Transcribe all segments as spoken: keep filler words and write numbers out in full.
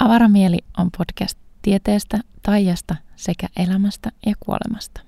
Avara mieli on podcast tieteestä, taijasta sekä elämästä ja kuolemasta.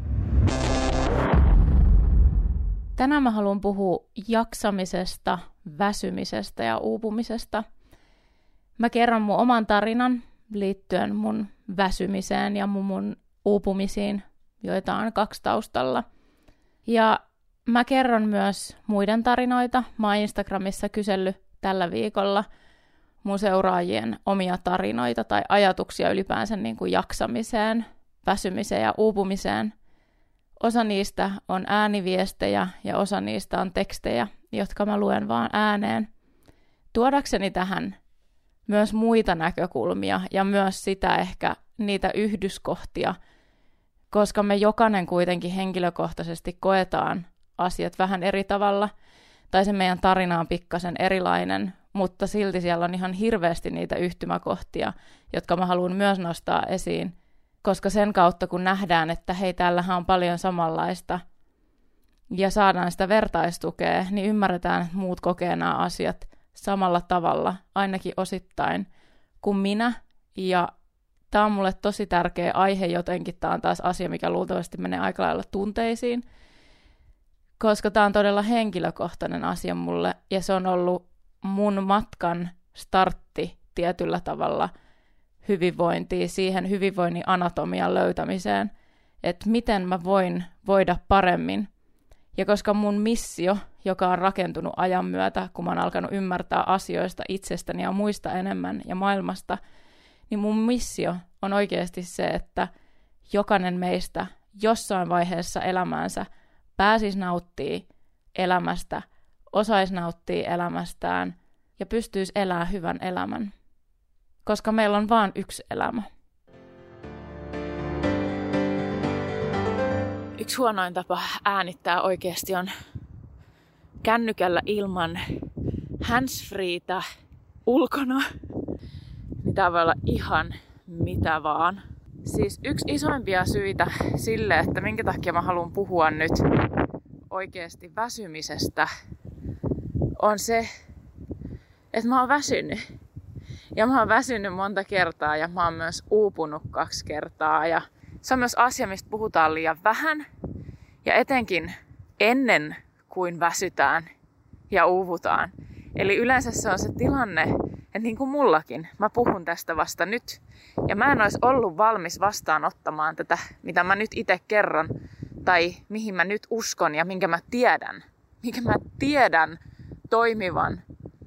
Tänään mä haluan puhua jaksamisesta, väsymisestä ja uupumisesta. Mä kerron mun oman tarinan liittyen mun väsymiseen ja mun, mun uupumisiin, joita on kaksi taustalla. Ja mä kerron myös muiden tarinoita. Mä oon Instagramissa kysellyt tällä viikolla mun seuraajien omia tarinoita tai ajatuksia ylipäänsä niin kuin jaksamiseen, väsymiseen ja uupumiseen. Osa niistä on ääniviestejä ja osa niistä on tekstejä, jotka mä luen vaan ääneen. Tuodakseni tähän myös muita näkökulmia ja myös sitä ehkä niitä yhdyskohtia, koska me jokainen kuitenkin henkilökohtaisesti koetaan asiat vähän eri tavalla, tai se meidän tarina on pikkasen erilainen, mutta silti siellä on ihan hirveästi niitä yhtymäkohtia, jotka mä haluan myös nostaa esiin, koska sen kautta kun nähdään, että hei, täällähän on paljon samanlaista, ja saadaan sitä vertaistukea, niin ymmärretään, että muut kokee nämä asiat samalla tavalla, ainakin osittain, kuin minä, ja tämä on mulle tosi tärkeä aihe jotenkin, tämä on taas asia, mikä luultavasti menee aika lailla tunteisiin, koska tämä on todella henkilökohtainen asia mulle, ja se on ollut mun matkan startti tietyllä tavalla hyvinvointiin, siihen hyvinvoinnin anatomian löytämiseen, että miten mä voin voida paremmin. Ja koska mun missio, joka on rakentunut ajan myötä, kun mä oon alkanut ymmärtää asioista itsestäni ja muista enemmän ja maailmasta, niin mun missio on oikeasti se, että jokainen meistä jossain vaiheessa elämäänsä pääsisi nauttii elämästä, osaisi nauttia elämästään ja pystyisi elämään hyvän elämän. Koska meillä on vain yksi elämä. Yksi huonoin tapa äänittää oikeasti on kännykällä ilman handsfreetä ulkona. Niin tää voi olla ihan mitä vaan. Siis yksi isoimpia syitä sille, että minkä takia mä haluan puhua nyt oikeasti väsymisestä, on se, että mä oon väsynyt. Ja mä oon väsynyt monta kertaa ja mä oon myös uupunut kaksi kertaa. Ja se on myös asia, mistä puhutaan liian vähän. Ja etenkin ennen kuin väsytään ja uuvutaan. Eli yleensä se on se tilanne, että niin kuin mullakin, mä puhun tästä vasta nyt. Ja mä en olisi ollut valmis vastaanottamaan tätä, mitä mä nyt itse kerron. Tai mihin mä nyt uskon ja minkä mä tiedän. Minkä mä tiedän toimivan.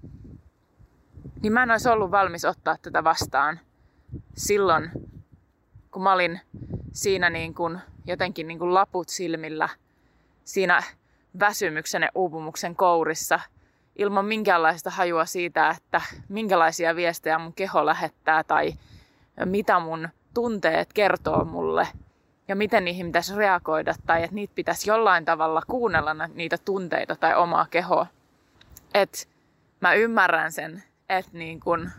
Niin mä en olisi ollut valmis ottaa tätä vastaan silloin, kun mä olin siinä niin kuin, jotenkin niin kuin laput silmillä, siinä väsymyksen ja uupumuksen kourissa, ilman minkäänlaista hajua siitä, että minkälaisia viestejä mun keho lähettää tai mitä mun tunteet kertoo mulle ja miten niihin pitäisi reagoida tai että niitä pitäisi jollain tavalla kuunnella niitä tunteita tai omaa kehoa. Että mä ymmärrän sen, että niin kun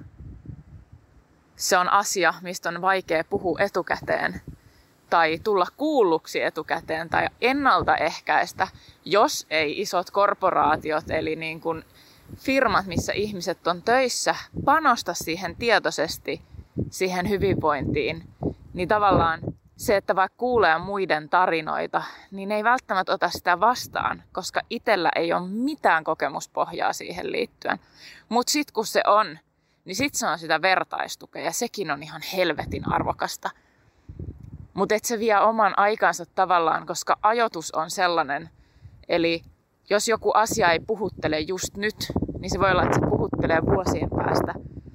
se on asia, mistä on vaikea puhua etukäteen tai tulla kuulluksi etukäteen tai ennaltaehkäistä, jos ei isot korporaatiot eli niin kun firmat, missä ihmiset on töissä, panosta siihen tietoisesti, siihen hyvinvointiin, niin tavallaan se, että vaikka kuulee muiden tarinoita, niin ei välttämättä ota sitä vastaan, koska itsellä ei ole mitään kokemuspohjaa siihen liittyen. Mutta sitten kun se on, niin sitten se on sitä vertaistukea ja sekin on ihan helvetin arvokasta. Mutta et se vie oman aikansa tavallaan, koska ajoitus on sellainen, eli jos joku asia ei puhuttele just nyt, niin se voi olla, että se puhuttelee vuosien päästä.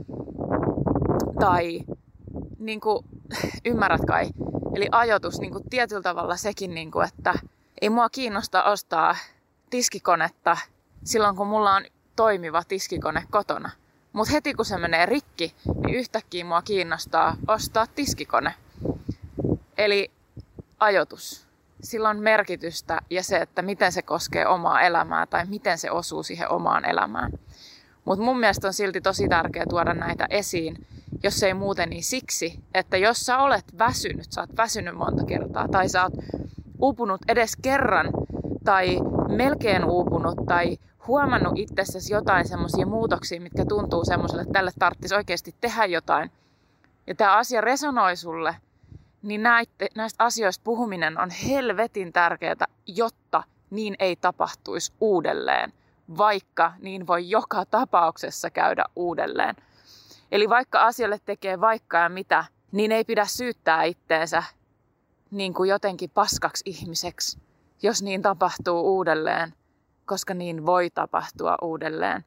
Tai niin kuin, ymmärrät kai, eli ajoitus niin kuin tietyllä tavalla sekin, niin kuin, että ei mua kiinnosta ostaa tiskikonetta silloin, kun mulla on toimiva tiskikone kotona. Mutta heti kun se menee rikki, niin yhtäkkiä mua kiinnostaa ostaa tiskikone. Eli ajoitus. Sillä on merkitystä ja se, että miten se koskee omaa elämää tai miten se osuu siihen omaan elämään. Mutta mun mielestä on silti tosi tärkeää tuoda näitä esiin, jos ei muuten niin siksi, että jos sä olet väsynyt, sä oot väsynyt monta kertaa tai sä oot uupunut edes kerran tai melkein uupunut tai huomannut itsessäsi jotain semmoisia muutoksia, mitkä tuntuu semmoiselle, että tälle tarvitsisi oikeasti tehdä jotain, ja tämä asia resonoi sulle, niin näitte, näistä asioista puhuminen on helvetin tärkeää, jotta niin ei tapahtuisi uudelleen, vaikka niin voi joka tapauksessa käydä uudelleen. Eli vaikka asialle tekee vaikka ja mitä, niin ei pidä syyttää itteensä niin kuin jotenkin paskaksi ihmiseksi, jos niin tapahtuu uudelleen, koska niin voi tapahtua uudelleen.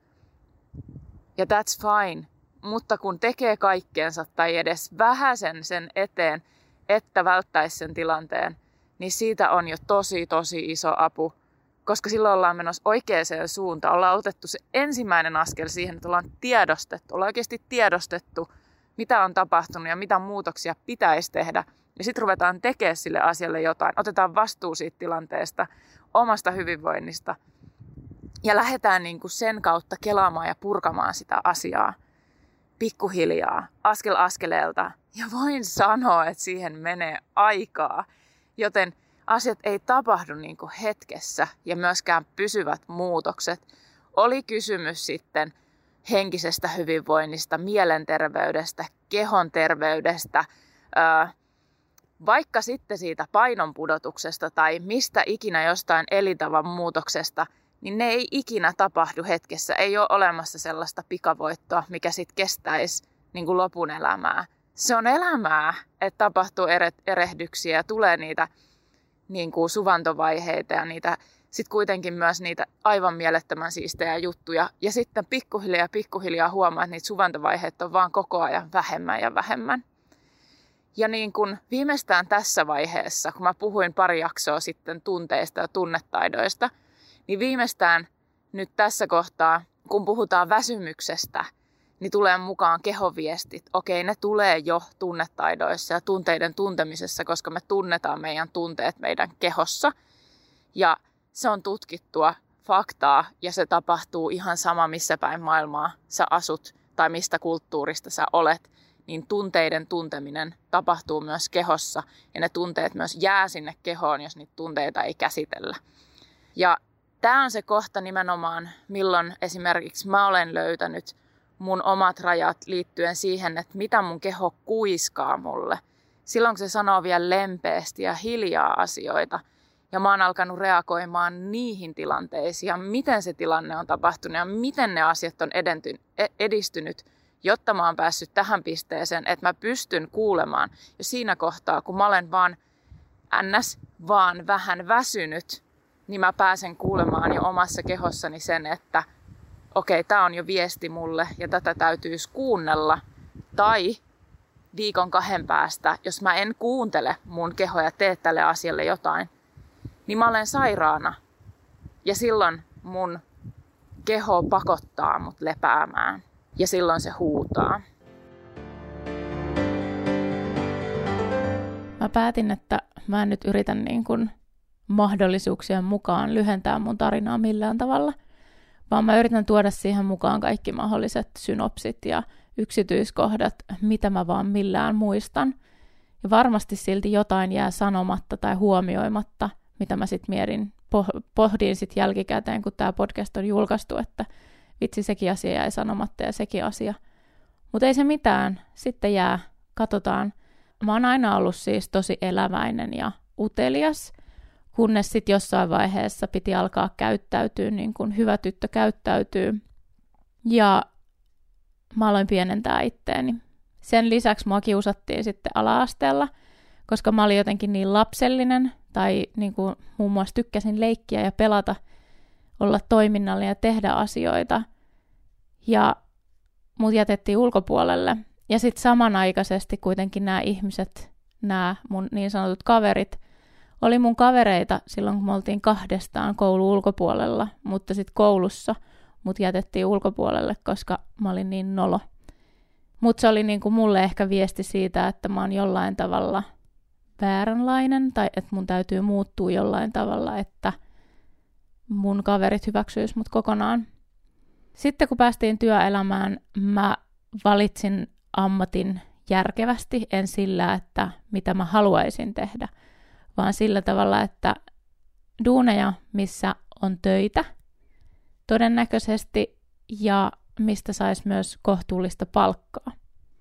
Ja that's fine, mutta kun tekee kaikkeensa tai edes vähäsen sen eteen, että välttäisi sen tilanteen, niin siitä on jo tosi, tosi iso apu, koska silloin ollaan menossa oikeaan suuntaan. Ollaan otettu se ensimmäinen askel siihen, että ollaan tiedostettu, ollaan oikeasti tiedostettu, mitä on tapahtunut ja mitä muutoksia pitäisi tehdä. Ja sitten ruvetaan tekemään sille asialle jotain. Otetaan vastuu siitä tilanteesta, omasta hyvinvoinnista ja lähdetään niin kuin sen kautta kelaamaan ja purkamaan sitä asiaa pikkuhiljaa, askel askeleelta. Ja voin sanoa, että siihen menee aikaa, joten asiat ei tapahdu niin kuin hetkessä ja myöskään pysyvät muutokset. Oli kysymys sitten henkisestä hyvinvoinnista, mielenterveydestä, kehon terveydestä, ää, vaikka sitten siitä painonpudotuksesta tai mistä ikinä jostain elintavan muutoksesta, niin ne ei ikinä tapahdu hetkessä. Ei ole olemassa sellaista pikavoittoa, mikä sitten kestäisi niin kuin lopun elämää. Se on elämää, että tapahtuu erehdyksiä ja tulee niitä niin kuin suvantovaiheita ja niitä, sitten kuitenkin myös niitä aivan mielettömän siistejä juttuja. Ja sitten pikkuhiljaa pikkuhiljaa huomaa, että niitä suvantovaiheita on vaan koko ajan vähemmän ja vähemmän. Ja niin kuin viimeistään tässä vaiheessa, kun mä puhuin pari jaksoa sitten tunteista ja tunnetaidoista, niin viimeistään nyt tässä kohtaa, kun puhutaan väsymyksestä, niin tulee mukaan kehoviestit. Okei, ne tulee jo tunnetaidoissa ja tunteiden tuntemisessa, koska me tunnetaan meidän tunteet meidän kehossa. Ja se on tutkittua faktaa ja se tapahtuu ihan sama, missä päin maailmaa sä asut tai mistä kulttuurista sä olet. Niin tunteiden tunteminen tapahtuu myös kehossa ja ne tunteet myös jää sinne kehoon, jos niitä tunteita ei käsitellä. Ja tämä on se kohta nimenomaan, milloin esimerkiksi mä olen löytänyt mun omat rajat liittyen siihen, että mitä mun keho kuiskaa mulle. Silloin kun se sanoo vielä lempeästi ja hiljaa asioita ja mä oon alkanut reagoimaan niihin tilanteisiin ja miten se tilanne on tapahtunut ja miten ne asiat on edistynyt, jotta mä oon päässyt tähän pisteeseen, että mä pystyn kuulemaan. Ja siinä kohtaa, kun mä olen vaan ns. Vaan vähän väsynyt, niin mä pääsen kuulemaan jo omassa kehossani sen, että okei, tää on jo viesti mulle ja tätä täytyisi kuunnella. Tai viikon kahden päästä, jos mä en kuuntele mun kehoa ja tee tälle asialle jotain, niin mä olen sairaana. Ja silloin mun keho pakottaa mut lepäämään. Ja silloin se huutaa. Mä päätin, että mä en nyt yritä niin kuin mahdollisuuksien mukaan lyhentää mun tarinaa millään tavalla, vaan mä yritän tuoda siihen mukaan kaikki mahdolliset synopsit ja yksityiskohdat, mitä mä vaan millään muistan. Ja varmasti silti jotain jää sanomatta tai huomioimatta, mitä mä sitten mietin, pohdin sitten jälkikäteen, kun tämä podcast on julkaistu, että vitsi, sekin asia jäi sanomatta ja sekin asia. Mutta ei se mitään, sitten jää, katsotaan. Mä oon aina ollut siis tosi eläväinen ja utelias, kunnes sitten jossain vaiheessa piti alkaa käyttäytyä niin kuin hyvä tyttö käyttäytyy. Ja mä aloin pienentää itteeni. Sen lisäksi mua kiusattiin sitten ala-asteella, koska mä olin jotenkin niin lapsellinen, tai niin kuin muun muassa tykkäsin leikkiä ja pelata, olla toiminnallinen ja tehdä asioita. Ja mut jätettiin ulkopuolelle. Ja sitten samanaikaisesti kuitenkin nämä ihmiset, nämä mun niin sanotut kaverit, oli mun kavereita silloin, kun me oltiin kahdestaan koulun ulkopuolella, mutta sitten koulussa mut jätettiin ulkopuolelle, koska mä olin niin nolo. Mutta se oli niinku mulle ehkä viesti siitä, että mä oon jollain tavalla vääränlainen, tai että mun täytyy muuttua jollain tavalla, että mun kaverit hyväksyis mut kokonaan. Sitten kun päästiin työelämään, mä valitsin ammatin järkevästi, en sillä, että mitä mä haluaisin tehdä, vaan sillä tavalla, että duuneja, missä on töitä todennäköisesti ja mistä saisi myös kohtuullista palkkaa.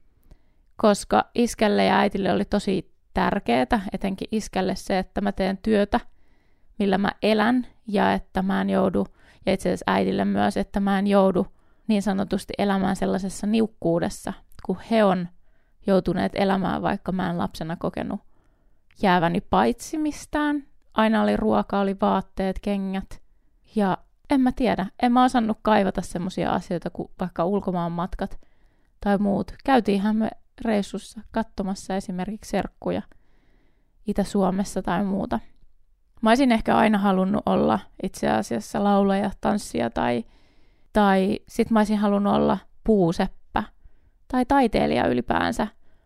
Koska iskälle ja äitille oli tosi tärkeää, etenkin iskälle se, että mä teen työtä, millä mä elän ja että mä en joudu, ja itse asiassa äidille myös, että mä en joudu niin sanotusti elämään sellaisessa niukkuudessa, kun he on joutuneet elämään, vaikka mä en lapsena kokenut jääväni paitsi mistään. Aina oli ruoka, oli vaatteet, kengät ja en mä tiedä, en mä osannut kaivata semmoisia asioita kuin vaikka ulkomaan matkat tai muut. Käytiinhän me reissussa katsomassa esimerkiksi serkkuja Itä-Suomessa tai muuta. Mä olisin ehkä aina halunnut olla itse asiassa laulaja, tanssia tai, tai sit mä olisin halunnut olla puuseppä tai taiteilija ylipäänsä.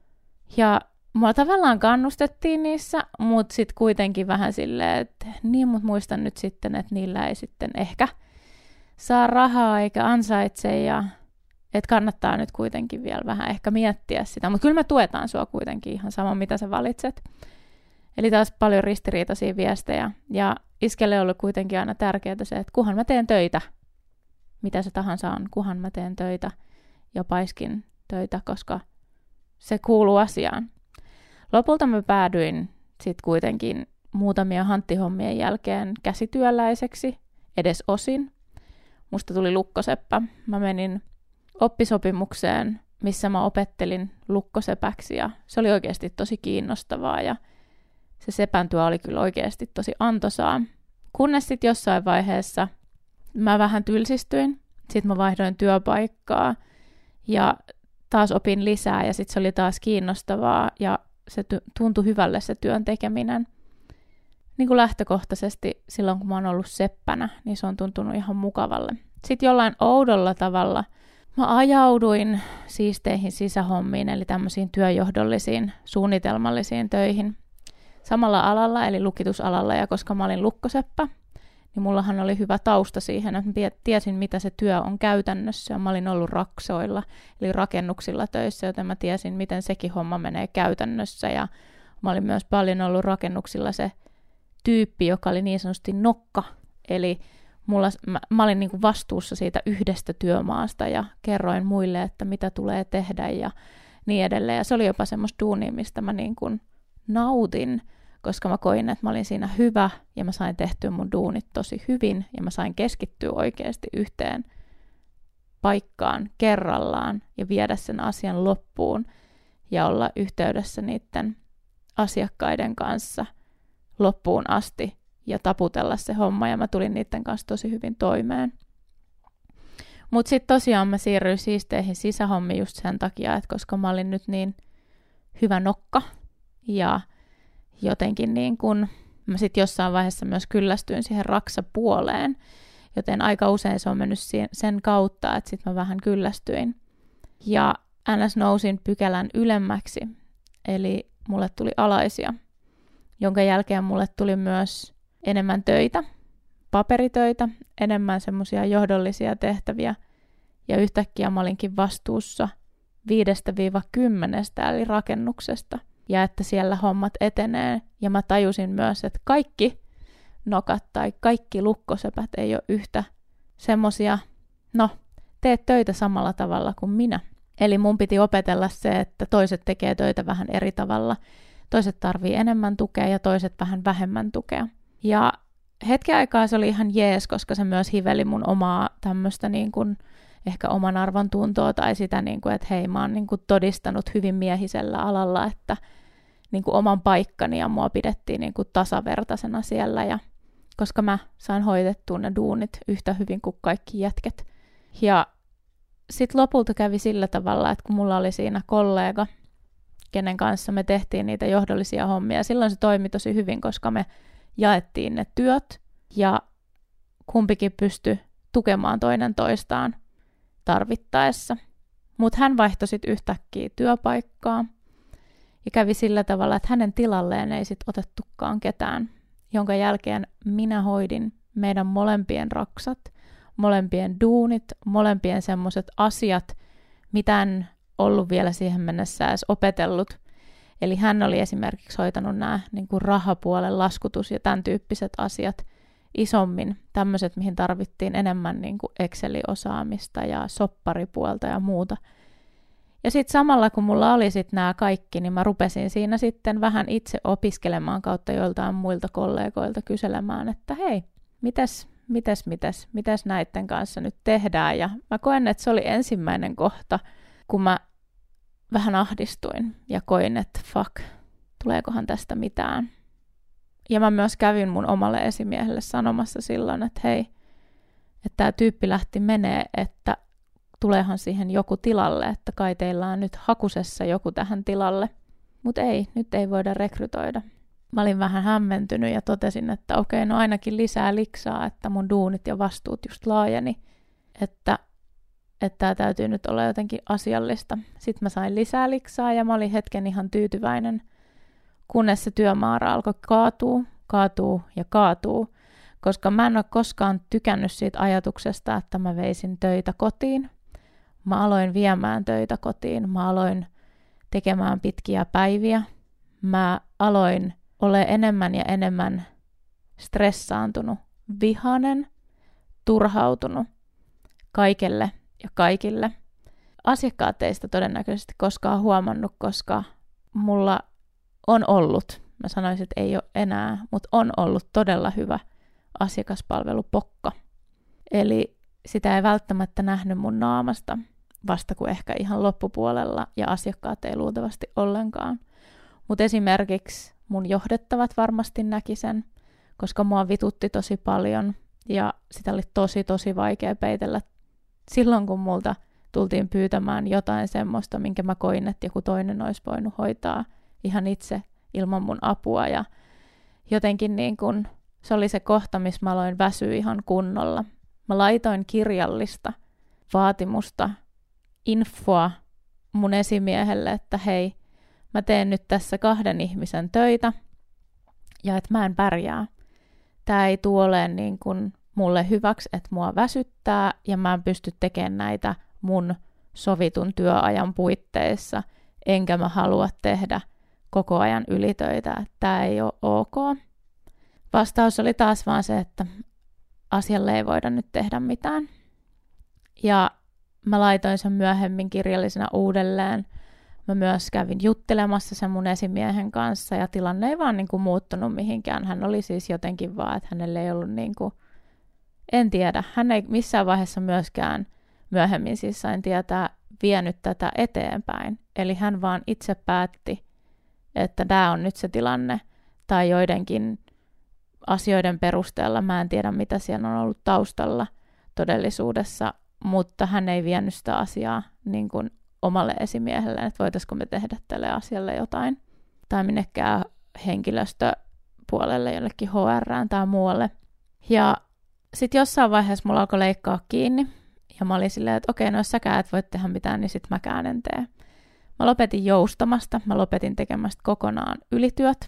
Ja mua tavallaan kannustettiin niissä, mutta sitten kuitenkin vähän silleen, että niin, mut muistan nyt sitten, että niillä ei sitten ehkä saa rahaa eikä ansaitse ja että kannattaa nyt kuitenkin vielä vähän ehkä miettiä sitä. Mutta kyllä me tuetaan sua kuitenkin ihan sama, mitä sä valitset. Eli taas paljon ristiriitaisia viestejä. Ja iskelle on ollut kuitenkin aina tärkeää se, että kunhan mä teen töitä, mitä se tahansa on, kunhan mä teen töitä ja paiskin töitä, koska se kuuluu asiaan. Lopulta mä päädyin sitten kuitenkin muutamia hanttihommien jälkeen käsityöläiseksi, edes osin. Musta tuli lukkoseppä. Mä menin oppisopimukseen, missä mä opettelin lukkosepäksi ja se oli oikeasti tosi kiinnostavaa ja se sepäntyö oli kyllä oikeasti tosi antoisaa. Kunnes sitten jossain vaiheessa mä vähän tylsistyin, sitten mä vaihdoin työpaikkaa ja taas opin lisää ja sitten se oli taas kiinnostavaa ja se tuntui hyvälle se työn tekeminen. Niin kuin lähtökohtaisesti silloin, kun mä oon ollut seppänä, niin se on tuntunut ihan mukavalle. Sitten jollain oudolla tavalla mä ajauduin siisteihin sisähommiin, eli tämmöisiin työjohdollisiin, suunnitelmallisiin töihin. Samalla alalla, eli lukitusalalla, ja koska mä olin lukkoseppä, niin mullahan oli hyvä tausta siihen, että mä tiesin, mitä se työ on käytännössä. Mä olin ollut raksoilla, eli rakennuksilla töissä, joten mä tiesin, miten sekin homma menee käytännössä. Ja mä olin myös paljon ollut rakennuksilla se tyyppi, joka oli niin sanotusti nokka, eli mulla, mä, mä olin niin kuin vastuussa siitä yhdestä työmaasta ja kerroin muille, että mitä tulee tehdä ja niin edelleen. Ja se oli jopa semmoista duunia, mistä mä niin kuin nautin, koska mä koin, että mä olin siinä hyvä ja mä sain tehtyä mun duunit tosi hyvin ja mä sain keskittyä oikeasti yhteen paikkaan kerrallaan ja viedä sen asian loppuun ja olla yhteydessä niiden asiakkaiden kanssa loppuun asti ja taputella se homma ja mä tulin niiden kanssa tosi hyvin toimeen. Mutta sitten tosiaan mä siirryin siisteihin sisähommiin just sen takia, että koska mä olin nyt niin hyvä nokka ja jotenkin niin kun mä sitten jossain vaiheessa myös kyllästyin siihen raksapuoleen, joten aika usein se on mennyt sen kautta, että sitten mä vähän kyllästyin. Ja ns. Nousin pykälän ylemmäksi, eli mulle tuli alaisia, jonka jälkeen mulle tuli myös enemmän töitä, paperitöitä, enemmän semmoisia johdollisia tehtäviä, ja yhtäkkiä mä olinkin vastuussa viidestä kymmenestä eli rakennuksesta, ja että siellä hommat etenee, ja mä tajusin myös, että kaikki nokat tai kaikki lukkosepät ei ole yhtä semmosia, no, teet töitä samalla tavalla kuin minä. Eli mun piti opetella se, että toiset tekee töitä vähän eri tavalla, toiset tarvii enemmän tukea ja toiset vähän vähemmän tukea. Ja hetken aikaa se oli ihan jees, koska se myös hiveli mun omaa tämmöistä niin kuin ehkä oman arvon tuntoa tai sitä, niin kuin, että hei, mä oon niin kuin todistanut hyvin miehisellä alalla, että niin kuin oman paikkani ja mua pidettiin niin kuin tasavertaisena siellä, ja koska mä sain hoitettua ne duunit yhtä hyvin kuin kaikki jätket. Ja sitten lopulta kävi sillä tavalla, että kun mulla oli siinä kollega, kenen kanssa me tehtiin niitä johdollisia hommia, silloin se toimi tosi hyvin, koska me jaettiin ne työt ja kumpikin pystyi tukemaan toinen toistaan tarvittaessa. Mutta hän vaihtoi sitten yhtäkkiä työpaikkaa ja kävi sillä tavalla, että hänen tilalleen ei sitten otettukaan ketään, jonka jälkeen minä hoidin meidän molempien raksat, molempien duunit, molempien semmoiset asiat, mitä en ollut vielä siihen mennessä edes opetellut. Eli hän oli esimerkiksi hoitanut nämä niin kuin rahapuolen laskutus ja tämän tyyppiset asiat, isommin. Tämmöiset, mihin tarvittiin enemmän niin kuin Excel-osaamista ja sopparipuolta ja muuta. Ja sitten samalla, kun mulla oli sitten nämä kaikki, niin mä rupesin siinä sitten vähän itse opiskelemaan kautta joiltain muilta kollegoilta kyselemään, että hei, mitäs, mitäs, mitäs, mitäs näiden kanssa nyt tehdään. Ja mä koen, että se oli ensimmäinen kohta, kun mä vähän ahdistuin ja koin, että fuck, tuleekohan tästä mitään. Ja mä myös kävin mun omalle esimiehelle sanomassa silloin, että hei, että tämä tyyppi lähti menee, että tuleehan siihen joku tilalle, että kai teillä on nyt hakusessa joku tähän tilalle. Mutta ei, nyt ei voida rekrytoida. Mä olin vähän hämmentynyt ja totesin, että okei, no ainakin lisää liksaa, että mun duunit ja vastuut just laajeni, että että tämä täytyy nyt olla jotenkin asiallista. Sitten mä sain lisää liksaa ja mä olin hetken ihan tyytyväinen, kunnes se työmäärä alkoi kaatuu, kaatuu ja kaatuu, koska mä en ole koskaan tykännyt siitä ajatuksesta, että mä veisin töitä kotiin. Mä aloin viemään töitä kotiin, mä aloin tekemään pitkiä päiviä, mä aloin olla enemmän ja enemmän stressaantunut, vihainen, turhautunut kaikelle ja kaikille. Asiakkaat teistä todennäköisesti koskaan huomannut, koska mulla on ollut, mä sanoisin, että ei ole enää, mutta on ollut todella hyvä asiakaspalvelupokka. Eli sitä ei välttämättä nähnyt mun naamasta, vasta kuin ehkä ihan loppupuolella, ja asiakkaat ei luultavasti ollenkaan. Mutta esimerkiksi mun johdettavat varmasti näki sen, koska mua vitutti tosi paljon, ja sitä oli tosi tosi vaikea peitellä silloin, kun multa tultiin pyytämään jotain semmoista, minkä mä koin, että joku toinen olisi voinut hoitaa ihan itse ilman mun apua. Ja jotenkin niin kun, se oli se kohta, missä mä aloin väsyä ihan kunnolla. Mä laitoin kirjallista vaatimusta, infoa mun esimiehelle, että hei, mä teen nyt tässä kahden ihmisen töitä ja että mä en pärjää. Tää ei tule olemaan niin kuin mulle hyväksi, että mua väsyttää ja mä en pysty tekemään näitä mun sovitun työajan puitteissa, enkä mä halua tehdä koko ajan ylitöitä, että tää ei ole ok. Vastaus oli taas vaan se, että asialle ei voida nyt tehdä mitään. Ja mä laitoin sen myöhemmin kirjallisena uudelleen. Mä myös kävin juttelemassa sen mun esimiehen kanssa ja tilanne ei vaan niin kuin muuttunut mihinkään. Hän oli siis jotenkin vaan, että hänelle ei ollut niin kuin, en tiedä, hän ei missään vaiheessa myöskään myöhemmin siis sain tietää vienyt tätä eteenpäin. Eli hän vaan itse päätti, että tämä on nyt se tilanne tai joidenkin asioiden perusteella. Mä en tiedä, mitä siellä on ollut taustalla todellisuudessa, mutta hän ei vienyt sitä asiaa niin kuin omalle esimiehelleen, että voitaisiko me tehdä tälle asialle jotain. Tai minnekään henkilöstöpuolelle, jollekin H R:ään tai muualle. Ja sitten jossain vaiheessa mulla alkoi leikkaa kiinni. Ja mä olin silleen, että okei, no jos säkään et voi tehdä mitään, niin sit mäkään en tee. Mä lopetin joustamasta, mä lopetin tekemästä kokonaan ylityöt.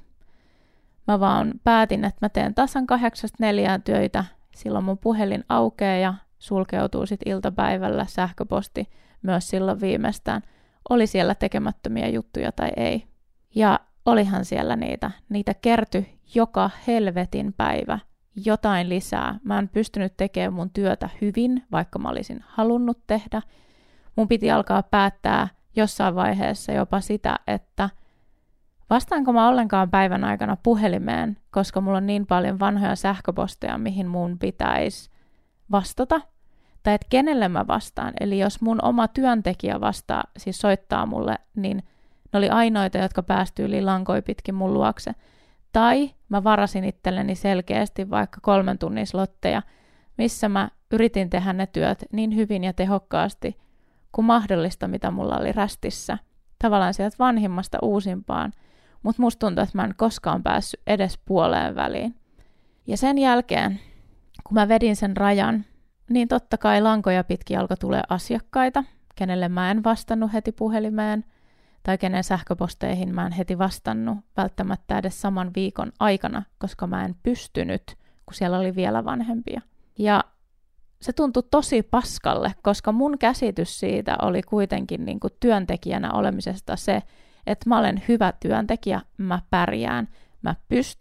Mä vaan päätin, että mä teen tasan kahdeksasta neljään töitä. Silloin mun puhelin aukeaa ja sulkeutuu sit iltapäivällä, sähköposti myös silloin viimeistään. Oli siellä tekemättömiä juttuja tai ei. Ja olihan siellä niitä. Niitä kertyi joka helvetin päivä. Jotain lisää. Mä en pystynyt tekemään mun työtä hyvin, vaikka mä olisin halunnut tehdä. Mun piti alkaa päättää jossain vaiheessa jopa sitä, että vastaanko mä ollenkaan päivän aikana puhelimeen, koska mulla on niin paljon vanhoja sähköposteja, mihin mun pitäisi vastata. Tai että kenelle mä vastaan. Eli jos mun oma työntekijä vastaa, siis soittaa mulle, niin ne oli ainoita, jotka päästy yli lankoi pitkin mun luokse. Tai mä varasin itselleni selkeästi vaikka kolmen tunnin slotteja, missä mä yritin tehdä ne työt niin hyvin ja tehokkaasti kuin mahdollista, mitä mulla oli rästissä. Tavallaan sieltä vanhimmasta uusimpaan, mutta musta tuntuu, että mä en koskaan päässyt edes puoleen väliin. Ja sen jälkeen, kun mä vedin sen rajan, niin totta kai lankoja pitkin alkoi tulee asiakkaita, kenelle mä en vastannut heti puhelimeen, tai kenen sähköposteihin mä en heti vastannut välttämättä edes saman viikon aikana, koska mä en pystynyt, kun siellä oli vielä vanhempia. Ja se tuntui tosi paskalle, koska mun käsitys siitä oli kuitenkin niin kuin työntekijänä olemisesta se, että mä olen hyvä työntekijä, mä pärjään, mä pystyn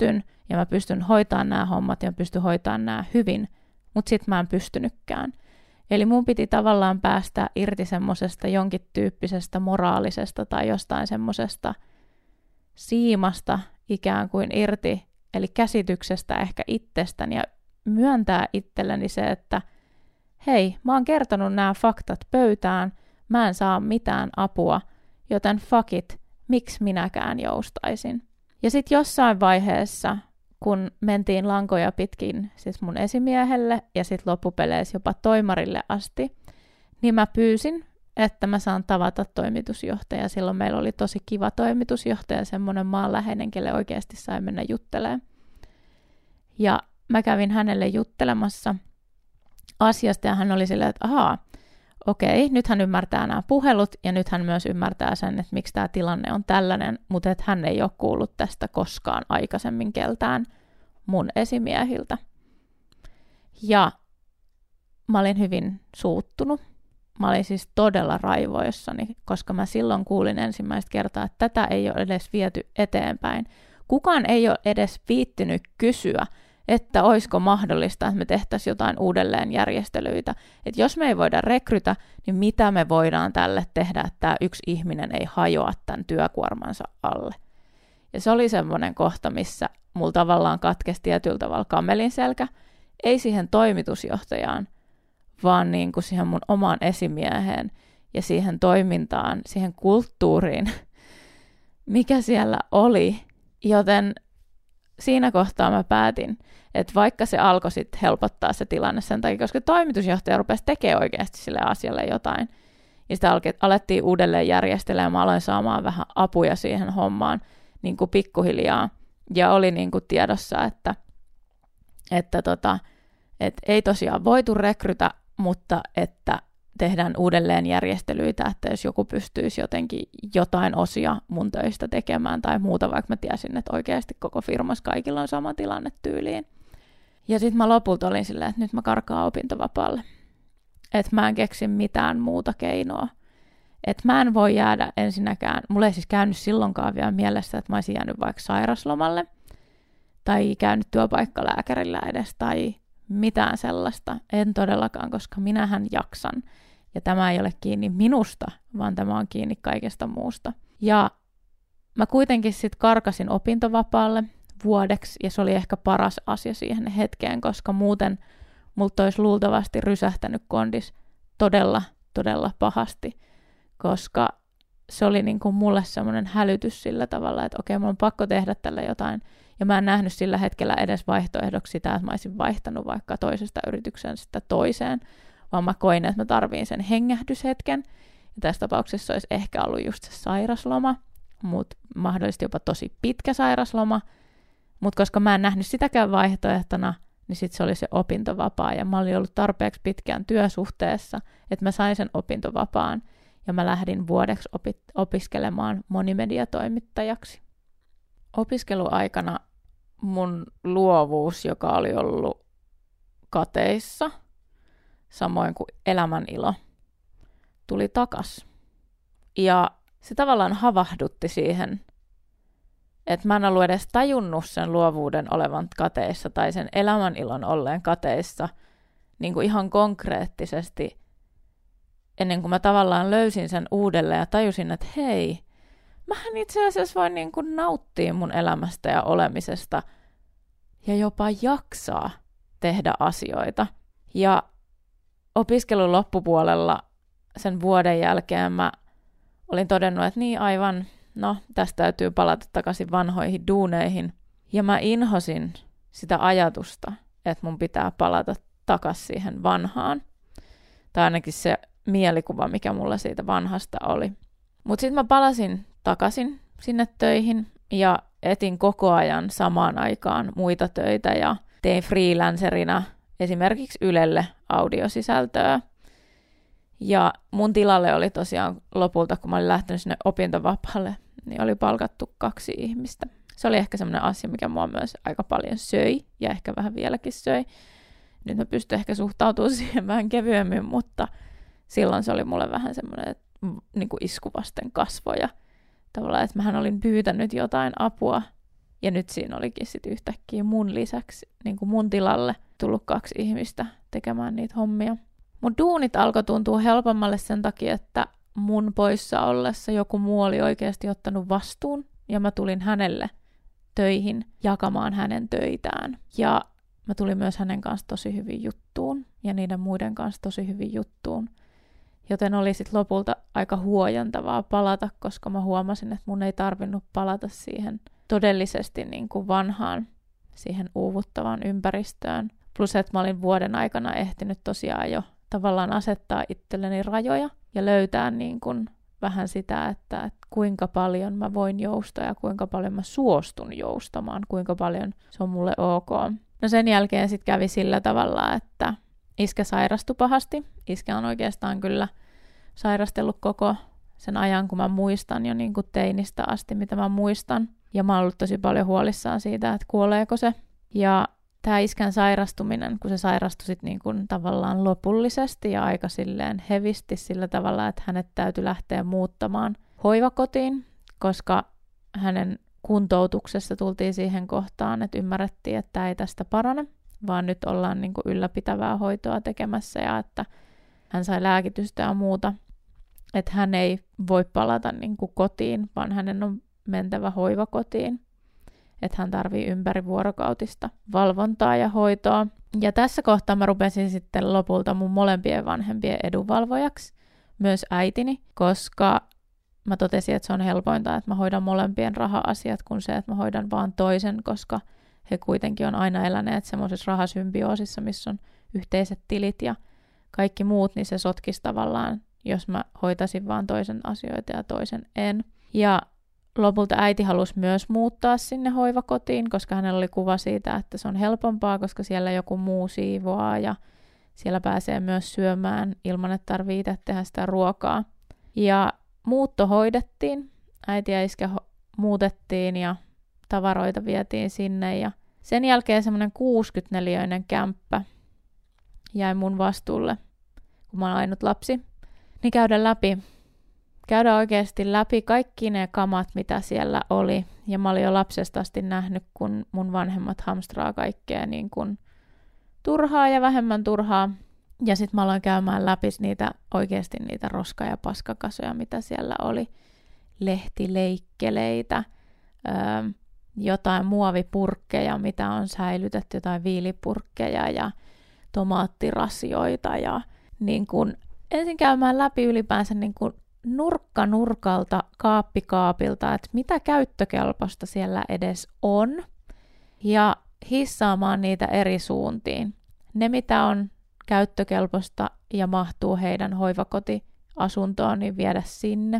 ja mä pystyn hoitamaan nämä hommat ja mä pystyn hoitamaan nämä hyvin, mutta sit mä en pystynytkään. Eli mun piti tavallaan päästä irti semmosesta jonkin tyyppisestä moraalisesta tai jostain semmosesta siimasta ikään kuin irti, eli käsityksestä ehkä itsestäni ja myöntää itselleni se, että hei, mä oon kertonut nämä faktat pöytään, mä en saa mitään apua, joten fuck it, miksi minäkään joustaisin. Ja sitten jossain vaiheessa, kun mentiin lankoja pitkin siis mun esimiehelle ja sitten loppupeleissä jopa toimarille asti, niin mä pyysin, että mä saan tavata toimitusjohtaja. Silloin meillä oli tosi kiva toimitusjohtaja, semmoinen maanläheinen, kelle oikeasti sai mennä juttelemaan. Ja mä kävin hänelle juttelemassa asiasta ja hän oli silleen, että ahaa, okei, nyt hän ymmärtää nämä puhelut ja nyt hän myös ymmärtää sen, että miksi tämä tilanne on tällainen, mutta että hän ei ole kuullut tästä koskaan aikaisemmin keltään mun esimiehiltä. Ja mä olin hyvin suuttunut. Mä olin siis todella raivoissani, koska mä silloin kuulin ensimmäistä kertaa, että tätä ei ole edes viety eteenpäin. Kukaan ei ole edes viittynyt kysyä, että olisiko mahdollista, että me tehtäisiin jotain uudelleenjärjestelyitä. Että jos me ei voida rekrytä, niin mitä me voidaan tälle tehdä, että tämä yksi ihminen ei hajoa tämän työkuormansa alle. Ja se oli semmoinen kohta, missä mulla tavallaan katkesi tietyllä tavalla kamelin selkä, ei siihen toimitusjohtajaan, vaan niin kuin siihen mun omaan esimieheen ja siihen toimintaan, siihen kulttuuriin, mikä siellä oli. Joten siinä kohtaa mä päätin, että vaikka se alkoi sitten helpottaa se tilanne sen takia, koska toimitusjohtaja rupesi tekemään oikeasti sille asialle jotain, ja sitä alettiin uudelleen järjestelemään, mä aloin saamaan vähän apuja siihen hommaan niin kuin pikkuhiljaa, ja oli niin kuin tiedossa, että, että, tota, että ei tosiaan voitu rekrytä, mutta että tehdään uudelleenjärjestelyitä, että jos joku pystyisi jotenkin jotain osia mun töistä tekemään tai muuta, vaikka mä tiesin, että oikeasti koko firmassa kaikilla on sama tilanne tyyliin. Ja sitten mä lopulta olin silleen, että nyt mä karkaan opintovapaalle. Että mä en keksi mitään muuta keinoa. Että mä en voi jäädä ensinnäkään, mulla ei siis käynyt silloinkaan vielä mielessä, että mä olisin jäänyt vaikka sairaslomalle tai käynyt työpaikkalääkärillä edes tai mitään sellaista. En todellakaan, koska minähän jaksan. Ja tämä ei ole kiinni minusta, vaan tämä on kiinni kaikesta muusta. Ja mä kuitenkin sitten karkasin opintovapaalle vuodeksi, ja se oli ehkä paras asia siihen hetkeen, koska muuten multa olisi luultavasti rysähtänyt kondis todella, todella pahasti, koska se oli niin kuin mulle semmoinen hälytys sillä tavalla, että okei, mulla on pakko tehdä tällä jotain, ja mä en nähnyt sillä hetkellä edes vaihtoehdoksi sitä, että mä olisin vaihtanut vaikka toisesta yrityksestä toiseen, vaan mä koin, että mä tarviin sen hengähdyshetken, ja tässä tapauksessa olisi ehkä ollut just se sairasloma, mutta mahdollisesti jopa tosi pitkä sairasloma, mutta koska mä en nähnyt sitäkään vaihtoehtona, niin sitten se oli se opintovapaa, ja mä olin ollut tarpeeksi pitkään työsuhteessa, että mä sain sen opintovapaan, ja mä lähdin vuodeksi opi- opiskelemaan monimediatoimittajaksi. Opiskeluaikana mun luovuus, joka oli ollut kateissa, samoin kuin elämänilo, tuli takas. Ja se tavallaan havahdutti siihen, että mä en ollut edes tajunnut sen luovuuden olevan kateissa tai sen elämänilon olleen kateissa niin kuin ihan konkreettisesti, ennen kuin mä tavallaan löysin sen uudelleen ja tajusin, että hei, mähän itse asiassa voin niin kuin nauttia mun elämästä ja olemisesta ja jopa jaksaa tehdä asioita. Ja opiskelun loppupuolella sen vuoden jälkeen mä olin todennut, että niin aivan, no tästä täytyy palata takaisin vanhoihin duuneihin. Ja mä inhosin sitä ajatusta, että mun pitää palata takaisin siihen vanhaan. Tai ainakin se mielikuva, mikä mulla siitä vanhasta oli. Mutta sitten mä palasin takaisin sinne töihin ja etin koko ajan samaan aikaan muita töitä ja tein freelancerina esimerkiksi Ylelle audiosisältöä. Ja mun tilalle oli tosiaan lopulta, kun mä olin lähtenyt sinne opintovapaalle, niin oli palkattu kaksi ihmistä. Se oli ehkä semmoinen asia, mikä mua myös aika paljon söi ja ehkä vähän vieläkin söi. Nyt mä pystyn ehkä suhtautumaan siihen vähän kevyemmin, mutta silloin se oli mulle vähän semmoinen niin kuin isku vasten kasvoja. Tavallaan, että mähän olin pyytänyt jotain apua Ja nyt siinä olikin sitten yhtäkkiä mun lisäksi, niin kuin mun tilalle, tullut kaksi ihmistä tekemään niitä hommia. Mun duunit alkoi tuntua helpommalle sen takia, että mun poissa ollessa joku muu oli oikeasti ottanut vastuun, ja mä tulin hänelle töihin jakamaan hänen töitään. Ja mä tulin myös hänen kanssa tosi hyvin juttuun, ja niiden muiden kanssa tosi hyvin juttuun. Joten oli sitten lopulta aika huojentavaa palata, koska mä huomasin, että mun ei tarvinnut palata siihen todellisesti niin kuin vanhaan, siihen uuvuttavaan ympäristöön. Plus, että mä olin vuoden aikana ehtinyt tosiaan jo tavallaan asettaa itselleni rajoja ja löytää niin kuin vähän sitä, että, että kuinka paljon mä voin joustaa ja kuinka paljon mä suostun joustamaan, kuinka paljon se on mulle ok. No sen jälkeen sitten kävi sillä tavalla, että iskä sairastui pahasti. Iskä on oikeastaan kyllä sairastellut koko sen ajan, kun mä muistan jo niin kuin teinistä asti, mitä mä muistan. Ja mä oon ollut tosi paljon huolissaan siitä, että kuoleeko se. Ja tämä iskän sairastuminen, kun se sairastui sit niin kuin tavallaan lopullisesti ja aika silleen hevisti sillä tavalla, että hänet täytyi lähteä muuttamaan hoivakotiin, koska hänen kuntoutuksessa tultiin siihen kohtaan, että ymmärrettiin, että tämä ei tästä parane, vaan nyt ollaan niin kuin ylläpitävää hoitoa tekemässä ja että hän sai lääkitystä ja muuta, että hän ei voi palata niin kuin kotiin, vaan hänen on mentävä hoivakotiin, että hän tarvii ympärivuorokautista valvontaa ja hoitoa. Ja tässä kohtaa mä rupesin sitten lopulta mun molempien vanhempien edunvalvojaksi, myös äitini, koska mä totesin, että se on helpointa, että mä hoidan molempien raha-asiat kuin se, että mä hoidan vaan toisen, koska he kuitenkin on aina eläneet semmoisessa rahasymbiosissa, missä on yhteiset tilit ja kaikki muut, niin se sotkisi tavallaan, jos mä hoitaisin vaan toisen asioita ja toisen en. Ja lopulta äiti halusi myös muuttaa sinne hoivakotiin, koska hänellä oli kuva siitä, että se on helpompaa, koska siellä joku muu siivoaa ja siellä pääsee myös syömään ilman, että tarvitsee itse tehdä sitä ruokaa. Ja muutto hoidettiin, äiti ja iskä ho- muutettiin ja tavaroita vietiin sinne ja sen jälkeen semmoinen kuusikymmentäneljäinen kämppä jäi mun vastuulle, kun mä oon ainut lapsi, niin käydä läpi. Käydä oikeasti läpi kaikki ne kamat, mitä siellä oli. Ja mä olin jo lapsesta asti nähnyt, kun mun vanhemmat hamstraa kaikkea niin kuin turhaa ja vähemmän turhaa. Ja sit mä aloin käymään läpi niitä, oikeasti niitä roska- ja paskakasoja, mitä siellä oli. Lehtileikkeleitä, öö, jotain muovipurkkeja, mitä on säilytetty, jotain viilipurkkeja ja tomaattirasioita. Ja niin kun ensin käymään läpi ylipäänsä niin kun nurkka nurkalta, kaappi kaapilta, että mitä käyttökelpoista siellä edes on. Ja hissaamaan niitä eri suuntiin. Ne, mitä on käyttökelpoista ja mahtuu heidän hoivakotiasuntoon, niin viedä sinne.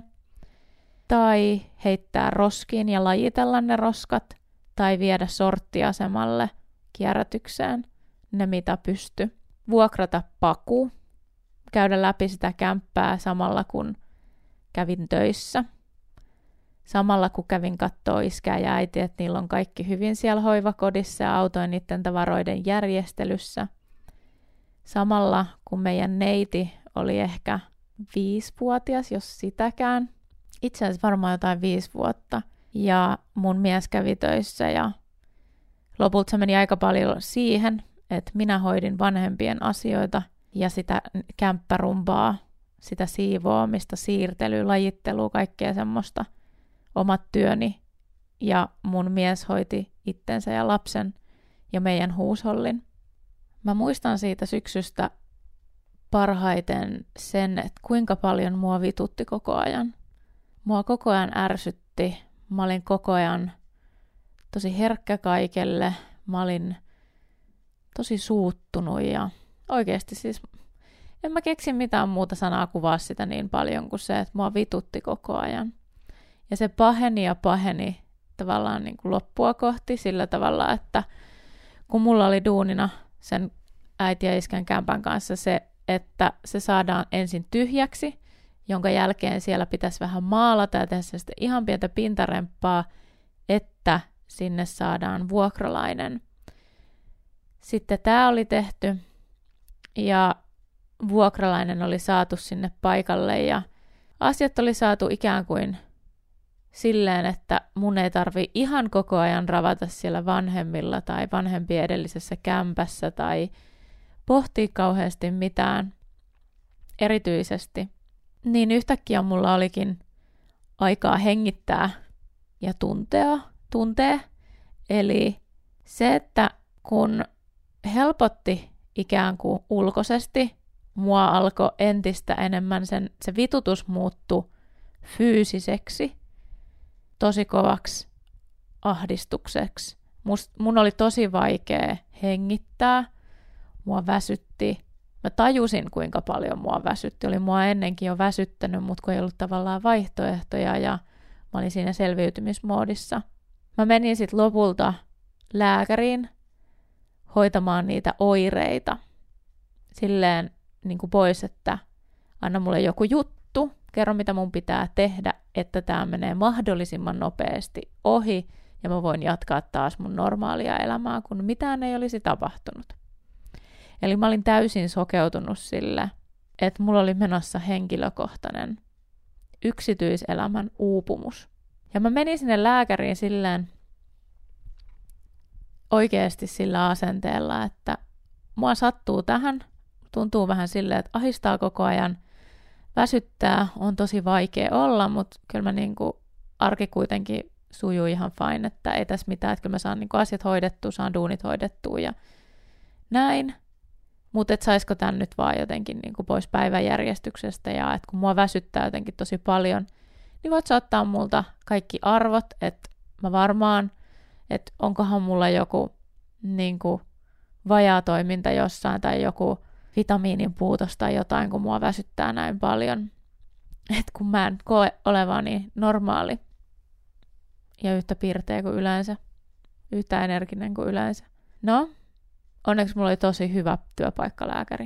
Tai heittää roskiin ja lajitella ne roskat. Tai viedä sorttiasemalle kierrätykseen ne, mitä pystyy. Vuokrata paku. Käydä läpi sitä kämppää samalla kun kävin töissä. Samalla kun kävin kattoo iskää ja äiti, että niillä on kaikki hyvin siellä hoivakodissa ja autoin niiden tavaroiden järjestelyssä. Samalla kun meidän neiti oli ehkä viisivuotias, jos sitäkään. Itse asiassa varmaan jotain viisi vuotta. Ja mun mies kävi töissä ja lopulta se meni aika paljon siihen, että minä hoidin vanhempien asioita ja sitä kämppärumpaa, sitä siivoamista, siirtelyä, lajittelua, kaikkea semmoista, omat työni. Ja mun mies hoiti itsensä ja lapsen ja meidän huushollin. Mä muistan siitä syksystä parhaiten sen, että kuinka paljon mua vitutti koko ajan. Mua koko ajan ärsytti. Mä olin koko ajan tosi herkkä kaikelle. Mä olin tosi suuttunut ja oikeasti siis en mä keksi mitään muuta sanaa kuvaa sitä niin paljon kuin se, että mua vitutti koko ajan. Ja se paheni ja paheni tavallaan niin kuin loppua kohti sillä tavalla, että kun mulla oli duunina sen äiti ja iskän kämpän kanssa se, että se saadaan ensin tyhjäksi, jonka jälkeen siellä pitäisi vähän maalata ja tehdä sitä ihan pientä pintaremppaa, että sinne saadaan vuokralainen. Sitten tämä oli tehty ja vuokralainen oli saatu sinne paikalle ja asiat oli saatu ikään kuin silleen, että mun ei tarvi ihan koko ajan ravata siellä vanhemmilla tai vanhempien edellisessä kämpässä tai pohtia kauheasti mitään erityisesti, niin yhtäkkiä mulla olikin aikaa hengittää ja tuntea, tuntee. Eli se, että kun helpotti ikään kuin ulkoisesti, mua alkoi entistä enemmän, sen, se vitutus muuttui fyysiseksi, tosi kovaksi ahdistukseksi. Must, mun oli tosi vaikea hengittää, mua väsytti. Mä tajusin, kuinka paljon mua väsytti. Oli mua ennenkin jo väsyttänyt, mutta kun ei ollut tavallaan vaihtoehtoja ja mä olin siinä selviytymismoodissa. Mä menin sitten lopulta lääkäriin hoitamaan niitä oireita. Silleen niin kuin pois, että anna mulle joku juttu, kerro mitä mun pitää tehdä, että tämä menee mahdollisimman nopeasti ohi ja mä voin jatkaa taas mun normaalia elämää, kun mitään ei olisi tapahtunut. Eli mä olin täysin sokeutunut sille, että mulla oli menossa henkilökohtainen yksityiselämän uupumus. Ja mä menin sinne lääkäriin silleen oikeasti sillä asenteella, että mua sattuu tähän, tuntuu vähän silleen, että ahistaa koko ajan, väsyttää, on tosi vaikea olla, mutta kyllä mä niinku, arki kuitenkin sujuu ihan fine, että ei tässä mitään, että kyllä mä saan niinku asiat hoidettua, saan duunit hoidettua ja näin. Mutta että saisiko tämän nyt vaan jotenkin niinku pois päiväjärjestyksestä ja että kun mua väsyttää jotenkin tosi paljon, niin voit ottaa multa kaikki arvot, että mä varmaan, että onkohan mulla joku niinku vajaa toiminta jossain tai joku vitamiinin puutos tai jotain, kun mua väsyttää näin paljon. Että kun mä en koe olevani normaali ja yhtä pirteä kuin yleensä, yhtä energinen kuin yleensä. No, onneksi mulla oli tosi hyvä työpaikkalääkäri.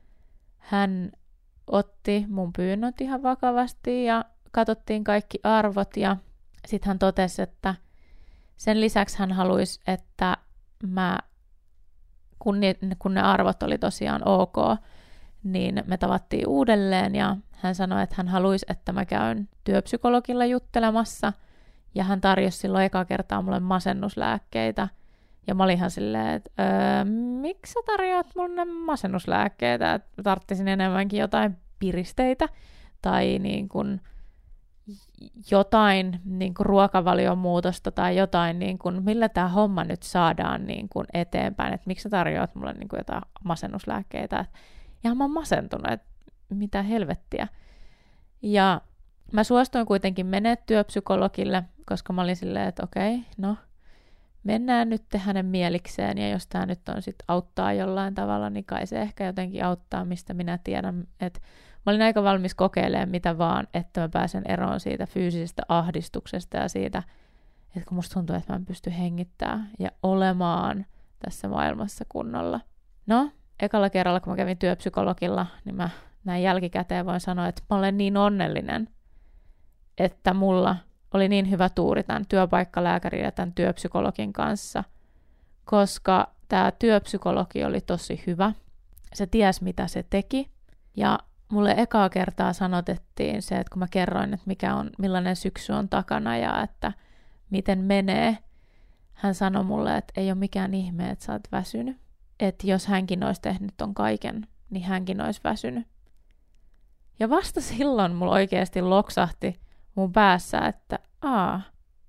Hän otti mun pyynnöt ihan vakavasti ja katsottiin kaikki arvot ja sitten hän totesi, että sen lisäksi hän haluaisi, että mä, kun ne, kun ne arvot oli tosiaan ok, niin me tavattiin uudelleen ja hän sanoi, että hän haluaisi, että mä käyn työpsykologilla juttelemassa ja hän tarjosi silloin ekaa kertaa mulle masennuslääkkeitä. Ja mä olin ihan silleen, että öö, miksi sä tarjoat mulle masennuslääkkeitä, että tarttisin enemmänkin jotain piristeitä tai niin kuin jotain niin kuin ruokavalion muutosta tai jotain, niin kuin, millä tämä homma nyt saadaan niin kuin eteenpäin, että miksi sä tarjoat mulle niin kuin jotain masennuslääkkeitä. Ja mä oon masentunut, että mitä helvettiä. Ja mä suostuin kuitenkin meneä työpsykologille, koska mä olin silleen, että okei, no mennään nyt hänen mielikseen, ja jos tämä nyt on sit auttaa jollain tavalla, niin kai se ehkä jotenkin auttaa, mistä minä tiedän, että mä olin aika valmis kokeilemaan mitä vaan, että mä pääsen eroon siitä fyysisestä ahdistuksesta ja siitä, että kun musta tuntuu, että mä en pysty hengittämään ja olemaan tässä maailmassa kunnolla. No, ekalla kerralla, kun mä kävin työpsykologilla, niin mä näin jälkikäteen voin sanoa, että mä olen niin onnellinen, että mulla oli niin hyvä tuuri tämän työpaikkalääkärin ja tämän työpsykologin kanssa, koska tämä työpsykologi oli tosi hyvä. Se tiesi, mitä se teki. Ja mulle ekaa kertaa sanotettiin se, että kun mä kerroin, että mikä on, millainen syksy on takana ja että miten menee, hän sanoi mulle, että ei ole mikään ihme, että sä oot väsynyt. Että jos hänkin olisi tehnyt ton kaiken, niin hänkin olisi väsynyt. Ja vasta silloin mulla oikeasti loksahti mun päässä, että aa,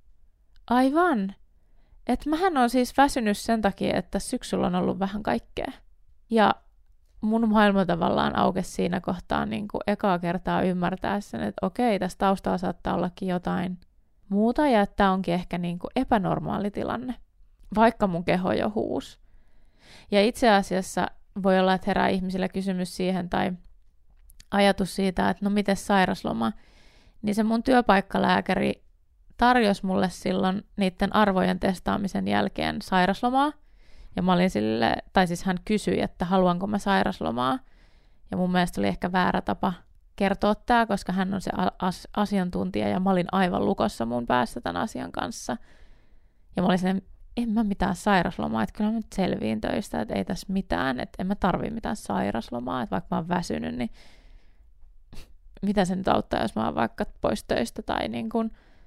aivan, että mähän on siis väsynyt sen takia, että syksyllä on ollut vähän kaikkea. Ja mun maailma tavallaan aukesi siinä kohtaa niin kuin ekaa kertaa ymmärtää sen, että okei, tässä taustalla saattaa ollakin jotain muuta ja että tämä onkin ehkä niin kuin epänormaali tilanne, vaikka mun keho jo huusi. Ja itse asiassa voi olla, että herää ihmisillä kysymys siihen tai ajatus siitä, että no miten sairasloma, niin se mun työpaikkalääkäri tarjosi mulle silloin niiden arvojen testaamisen jälkeen sairaslomaa. Ja mä olin sille, tai siis hän kysyi, että haluanko mä sairaslomaa. Ja mun mielestä oli ehkä väärä tapa kertoa tää, koska hän on se as- asiantuntija ja mä olin aivan lukossa mun päässä tämän asian kanssa. Ja mä olin silleen, en mä mitään sairaslomaa, että kyllä mä nyt selviin töistä, että ei tässä mitään, että en mä tarvii mitään sairaslomaa, että vaikka mä oon väsynyt, niin mitä se nyt auttaa, jos mä oon vaikka pois töistä tai niin kun,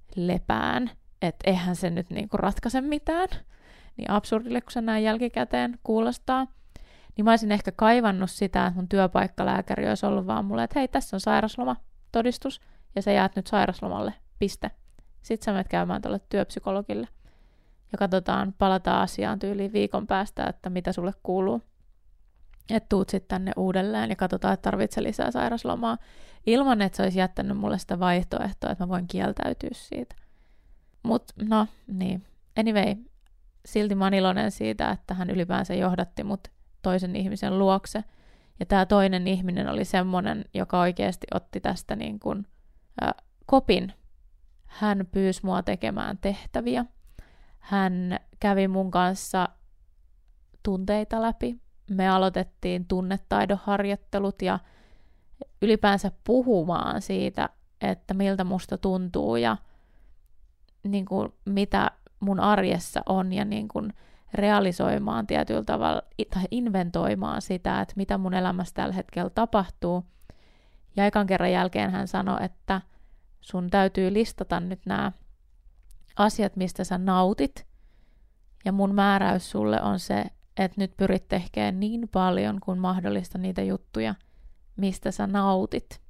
lepään, että eihän se nyt niinku ratkaise mitään, niin absurdille kun se näin jälkikäteen kuulostaa, niin mä olisin ehkä kaivannut sitä, että mun työpaikkalääkäri olisi ollut vaan mulle, että hei, tässä on sairaslomatodistus, ja sä jäät nyt sairaslomalle, piste. Sitten sä menet käymään tuolle työpsykologille, ja katsotaan, palataan asiaan tyyliin viikon päästä, että mitä sulle kuuluu. Että tuut sitten tänne uudelleen ja katsotaan, että tarvitsee lisää sairaslomaa, ilman että se olisi jättänyt mulle sitä vaihtoehtoa, että mä voin kieltäytyä siitä. Mut no, niin. Anyway, silti mä oon iloinen siitä, että hän ylipäänsä johdatti mut toisen ihmisen luokse. Ja tää toinen ihminen oli semmonen, joka oikeasti otti tästä niin kuin, äh, kopin. Hän pyysi mua tekemään tehtäviä. Hän kävi mun kanssa tunteita läpi. Me aloitettiin tunnetaidon harjoittelut ja ylipäänsä puhumaan siitä, että miltä musta tuntuu ja niin kuin, mitä mun arjessa on ja niin kuin, realisoimaan tietyllä tavalla tai inventoimaan sitä, että mitä mun elämässä tällä hetkellä tapahtuu. Ja ekan kerran jälkeen hän sanoi, että sun täytyy listata nyt nämä asiat, mistä sä nautit. Ja mun määräys sulle on se, että nyt pyrit tekemään niin paljon kuin mahdollista niitä juttuja, mistä sä nautit.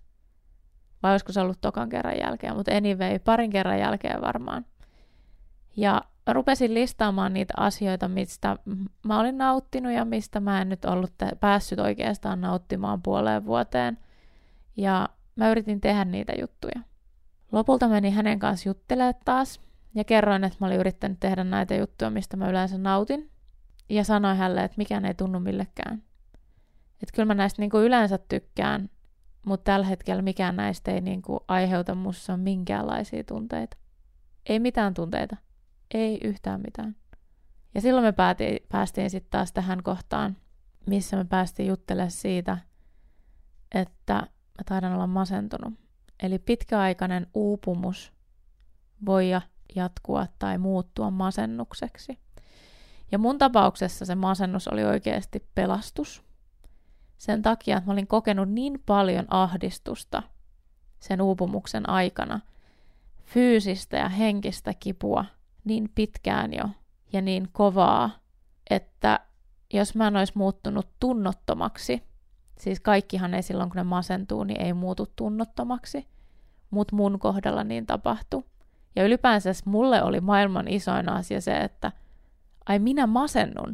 Vai olisiko se ollut tokan kerran jälkeen, mutta anyway, parin kerran jälkeen varmaan. Ja rupesin listaamaan niitä asioita, mistä mä olin nauttinut ja mistä mä en nyt ollut päässyt oikeastaan nauttimaan puoleen vuoteen. Ja mä yritin tehdä niitä juttuja. Lopulta menin hänen kanssa juttelemaan taas ja kerroin, että mä olin yrittänyt tehdä näitä juttuja, mistä mä yleensä nautin. Ja sanoin hänelle, että mikään ei tunnu millekään. Että kyllä mä näistä niinku yleensä tykkään, mutta tällä hetkellä mikään näistä ei niinku aiheuta musta minkäänlaisia tunteita. Ei mitään tunteita. Ei yhtään mitään. Ja silloin me päätiin, päästiin sitten taas tähän kohtaan, missä me päästiin juttelemaan siitä, että mä taidan olla masentunut. Eli pitkäaikainen uupumus voi jatkua tai muuttua masennukseksi. Ja mun tapauksessa se masennus oli oikeasti pelastus. Sen takia, että mä olin kokenut niin paljon ahdistusta sen uupumuksen aikana, fyysistä ja henkistä kipua niin pitkään jo ja niin kovaa, että jos mä en olisi muuttunut tunnottomaksi, siis kaikkihan ei silloin kun ne masentuu, niin ei muutu tunnottomaksi, mutta mun kohdalla niin tapahtui. Ja ylipäänsä mulle oli maailman isoin asia se, että ai minä masennun.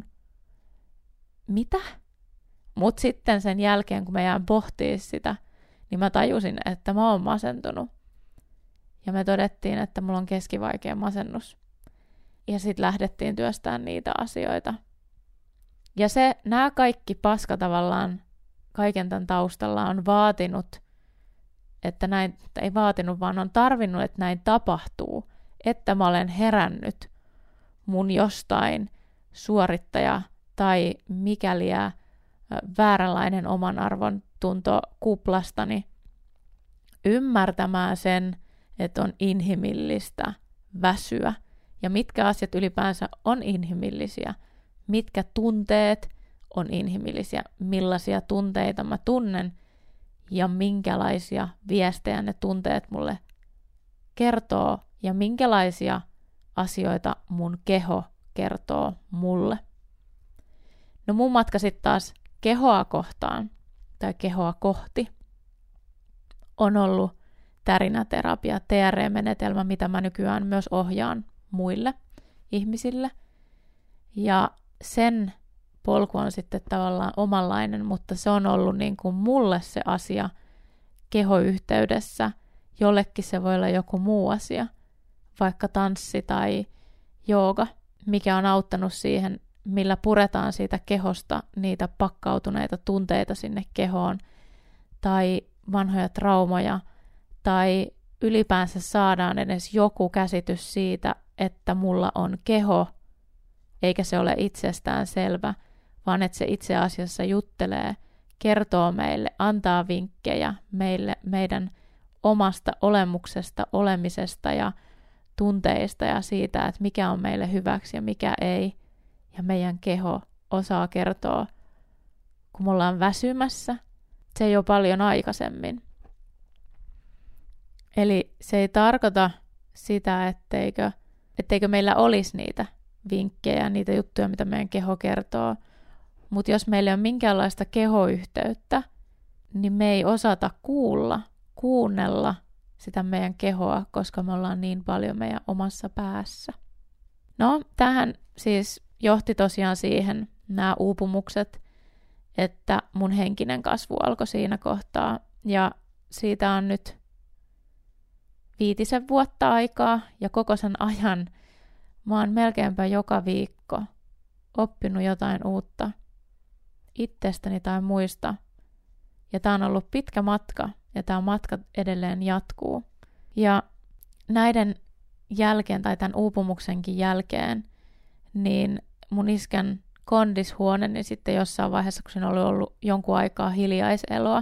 Mitä? Mutta sitten sen jälkeen, kun mä jään pohtimaan sitä, niin mä tajusin, että mä oon masentunut. Ja me todettiin, että mulla on keskivaikea masennus. Ja sitten lähdettiin työstämään niitä asioita. Ja se, nämä kaikki paska tavallaan kaiken tämän taustalla on vaatinut, että näin, ei vaatinut, vaan on tarvinnut, että näin tapahtuu, että mä olen herännyt mun jostain suorittaja tai mikäliä vääränlainen oman arvon tunto kuplastani ymmärtämään sen, että on inhimillistä väsyä ja mitkä asiat ylipäänsä on inhimillisiä, mitkä tunteet on inhimillisiä, millaisia tunteita mä tunnen ja minkälaisia viestejä ne tunteet mulle kertoo ja minkälaisia asioita mun keho kertoo mulle. No mun matka sitten taas kehoa kohtaan tai kehoa kohti on ollut tärinäterapia, T R E-menetelmä, mitä mä nykyään myös ohjaan muille ihmisille. Ja sen polku on sitten tavallaan omanlainen, mutta se on ollut niin kuin mulle se asia kehoyhteydessä. Jollekin se voi olla joku muu asia, vaikka tanssi tai jooga, mikä on auttanut siihen, millä puretaan siitä kehosta niitä pakkautuneita tunteita sinne kehoon, tai vanhoja traumoja, tai ylipäänsä saadaan edes joku käsitys siitä, että mulla on keho, eikä se ole itsestään selvä, vaan että se itse asiassa juttelee, kertoo meille, antaa vinkkejä meille meidän omasta olemuksesta, olemisesta ja tunteista ja siitä, että mikä on meille hyväksi ja mikä ei. Ja meidän keho osaa kertoa, kun me ollaan väsymässä, se jo paljon aikaisemmin. Eli se ei tarkoita sitä, etteikö, etteikö meillä olisi niitä vinkkejä, niitä juttuja, mitä meidän keho kertoo. Mutta jos meillä ei ole minkäänlaista kehoyhteyttä, niin me ei osata kuulla, kuunnella sitä meidän kehoa, koska me ollaan niin paljon meidän omassa päässä. No, tähän siis johti tosiaan siihen nämä uupumukset, että mun henkinen kasvu alkoi siinä kohtaa. Ja siitä on nyt viitisen vuotta aikaa, ja koko sen ajan mä oon melkeinpä joka viikko oppinut jotain uutta itsestäni tai muista. Ja tää on ollut pitkä matka, ja tää matka edelleen jatkuu. Ja näiden jälkeen, tai tämän uupumuksenkin jälkeen, niin mun iskän kondishuone, niin sitten jossain vaiheessa, kun siinä oli ollut jonkun aikaa hiljaiseloa,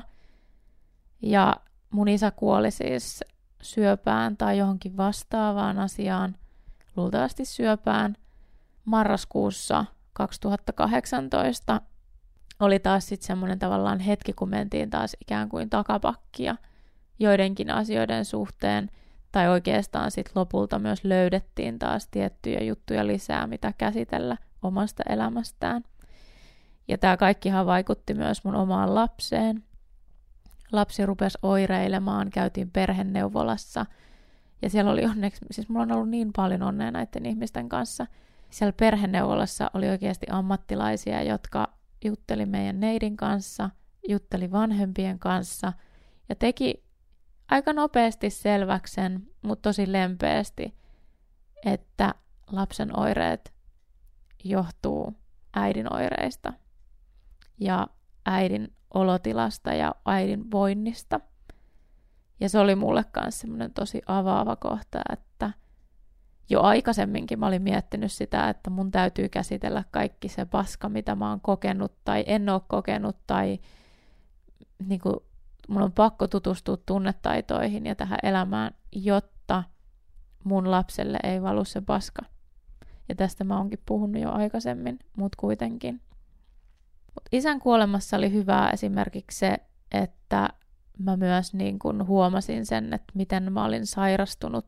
ja mun isä kuoli siis syöpään tai johonkin vastaavaan asiaan, luultavasti syöpään, marraskuussa kaksituhattakahdeksantoista oli taas sitten semmoinen tavallaan hetki, kun mentiin taas ikään kuin takapakkia joidenkin asioiden suhteen, tai oikeastaan sitten lopulta myös löydettiin taas tiettyjä juttuja lisää, mitä käsitellä omasta elämästään. Ja tämä kaikkihan vaikutti myös mun omaan lapseen. Lapsi rupesi oireilemaan, käytiin perheneuvolassa, ja siellä oli onneksi, siis mulla on ollut niin paljon onnea näiden ihmisten kanssa. Siellä perheneuvolassa oli oikeasti ammattilaisia, jotka jutteli meidän neidin kanssa, jutteli vanhempien kanssa, ja teki aika nopeasti selväksen, mutta tosi lempeästi, että lapsen oireet johtuu äidin oireista ja äidin olotilasta ja äidin voinnista. Ja se oli mulle kanssa semmoinen tosi avaava kohta, että jo aikaisemminkin mä olin miettinyt sitä, että mun täytyy käsitellä kaikki se paska, mitä mä oon kokenut tai en oo kokenut, tai niin kuin, mun on pakko tutustua tunnetaitoihin ja tähän elämään, jotta mun lapselle ei valu se paska. Ja tästä mä oonkin puhunut jo aikaisemmin, mutta kuitenkin. Mut isän kuolemassa oli hyvää esimerkiksi se, että mä myös niin kun huomasin sen, että miten mä olin sairastunut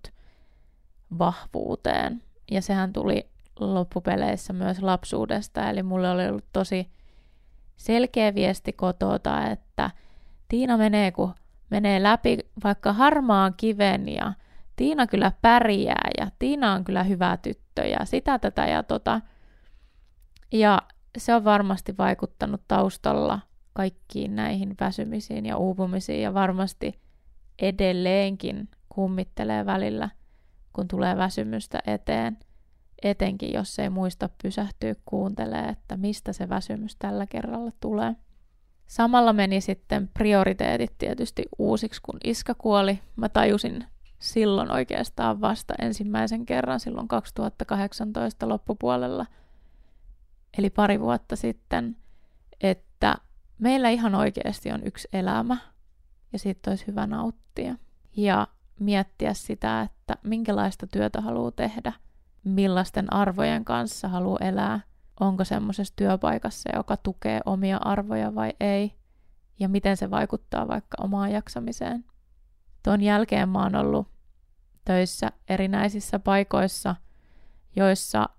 vahvuuteen. Ja sehän tuli loppupeleissä myös lapsuudesta, eli mulle oli ollut tosi selkeä viesti kotota, että Tiina menee, kun menee läpi vaikka harmaan kiven, ja Tiina kyllä pärjää, ja Tiina on kyllä hyvä tyttö, ja sitä, tätä ja tota. Ja se on varmasti vaikuttanut taustalla kaikkiin näihin väsymisiin ja uupumisiin, ja varmasti edelleenkin kummittelee välillä, kun tulee väsymystä eteen, etenkin jos ei muista pysähtyä kuuntelemaan, että mistä se väsymys tällä kerralla tulee. Samalla meni sitten prioriteetit tietysti uusiksi, kun iskä kuoli. Mä tajusin silloin oikeastaan vasta ensimmäisen kerran silloin kaksituhattakahdeksantoista loppupuolella, eli pari vuotta sitten, että meillä ihan oikeasti on yksi elämä ja siitä olisi hyvä nauttia. Ja miettiä sitä, että minkälaista työtä haluaa tehdä, millaisten arvojen kanssa haluaa elää, onko semmoisessa työpaikassa, joka tukee omia arvoja vai ei, ja miten se vaikuttaa vaikka omaan jaksamiseen. Tuon jälkeen mä oon ollut töissä erinäisissä paikoissa, joissa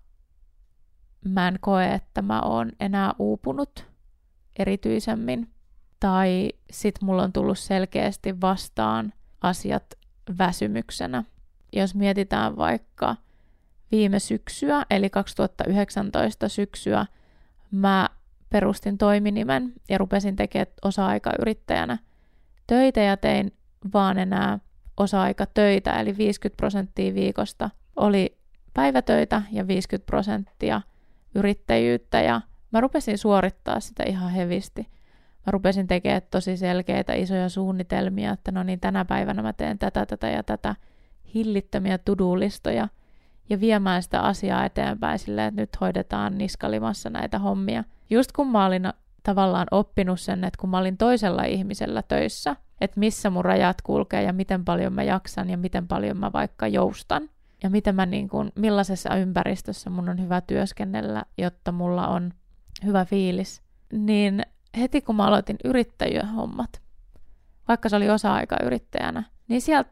mä en koe, että mä oon enää uupunut erityisemmin, tai sit mulla on tullut selkeästi vastaan asiat väsymyksenä. Jos mietitään vaikka viime syksyä, eli kaksituhattayhdeksäntoista syksyä, mä perustin toiminimen ja rupesin tekemään osa-aikayrittäjänä töitä ja tein vaan enää osa-aikatöitä, eli viisikymmentä prosenttia viikosta oli päivätöitä ja viisikymmentä prosenttia yrittäjyyttä, ja mä rupesin suorittaa sitä ihan hevisti. Mä rupesin tekemään tosi selkeitä isoja suunnitelmia, että no niin, tänä päivänä mä teen tätä, tätä ja tätä, hillittömiä to-do-listoja, ja viemään sitä asiaa eteenpäin silleen, että nyt hoidetaan niskalimassa näitä hommia. Just kun mä olin tavallaan oppinut sen, että kun mä olin toisella ihmisellä töissä, että missä mun rajat kulkee ja miten paljon mä jaksan ja miten paljon mä vaikka joustan. Ja miten mä niin kuin, millaisessa ympäristössä mun on hyvä työskennellä, jotta mulla on hyvä fiilis. Niin heti kun mä aloitin yrittäjähommat, vaikka se oli osa-aikayrittäjänä, niin sieltä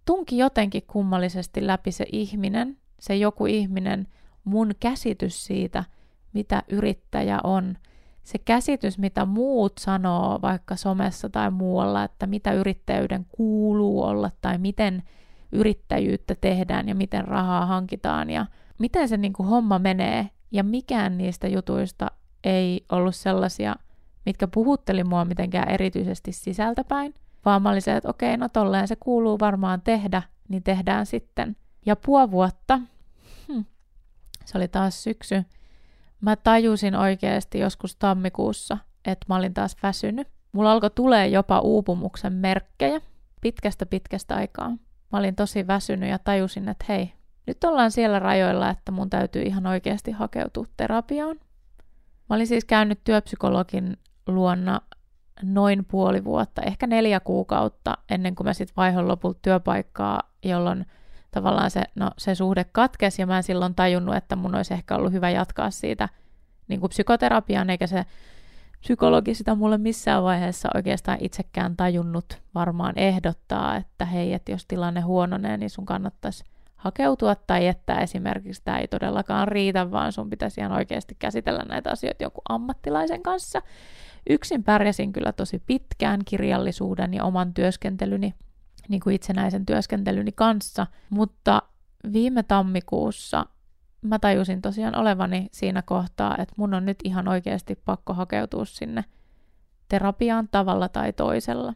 tunki jotenkin kummallisesti läpi se ihminen, se joku ihminen, mun käsitys siitä, mitä yrittäjä on. Se käsitys, mitä muut sanoo vaikka somessa tai muualla, että mitä yrittäjyyden kuuluu olla tai miten yrittäjyyttä tehdään ja miten rahaa hankitaan ja miten se niin kuin homma menee. Ja mikään niistä jutuista ei ollut sellaisia, mitkä puhutteli mua mitenkään erityisesti sisältäpäin, vaan mä olin se, että okei, no tolleen se kuuluu varmaan tehdä, niin tehdään sitten. Ja puoli vuotta, hmm, se oli taas syksy, mä tajusin oikeasti joskus tammikuussa, että mä olin taas väsynyt. Mulla alkoi tulee jopa uupumuksen merkkejä pitkästä pitkästä aikaa. Mä olin tosi väsynyt ja tajusin, että hei, nyt ollaan siellä rajoilla, että mun täytyy ihan oikeasti hakeutua terapiaan. Mä olin siis käynyt työpsykologin luona noin puoli vuotta, ehkä neljä kuukautta ennen kuin mä sitten vaihdon lopulta työpaikkaa, jolloin tavallaan se, no, se suhde katkesi ja mä en silloin tajunnut, että mun olisi ehkä ollut hyvä jatkaa siitä niin kuin psykoterapiaan, eikä se psykologi sitä mulle missään vaiheessa oikeastaan itsekään tajunnut varmaan ehdottaa, että hei, että jos tilanne huononee, niin sun kannattaisi hakeutua, tai että esimerkiksi tämä ei todellakaan riitä, vaan sun pitäisi ihan oikeasti käsitellä näitä asioita jonkun ammattilaisen kanssa. Yksin pärjäsin kyllä tosi pitkään kirjallisuuden ja oman työskentelyni, niin kuin itsenäisen työskentelyni kanssa, mutta viime tammikuussa mä tajusin tosiaan olevani siinä kohtaa, että mun on nyt ihan oikeasti pakko hakeutua sinne terapiaan tavalla tai toisella.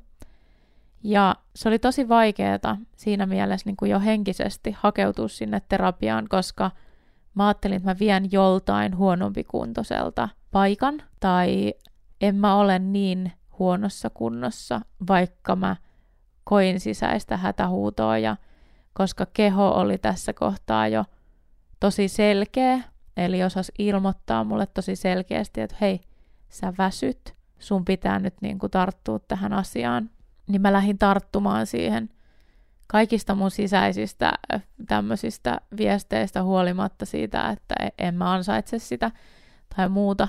Ja se oli tosi vaikeaa siinä mielessä niin kuin jo henkisesti hakeutua sinne terapiaan, koska mä ajattelin, että mä vien joltain huonompikuntoiselta paikan, tai en mä ole niin huonossa kunnossa, vaikka mä koin sisäistä hätähuutoa, ja koska keho oli tässä kohtaa jo tosi selkeä, eli osasi ilmoittaa mulle tosi selkeästi, että hei, sä väsyt, sun pitää nyt niin kuin tarttua tähän asiaan. Niin mä lähdin tarttumaan siihen kaikista mun sisäisistä tämmöisistä viesteistä huolimatta siitä, että en mä ansaitse sitä tai muuta.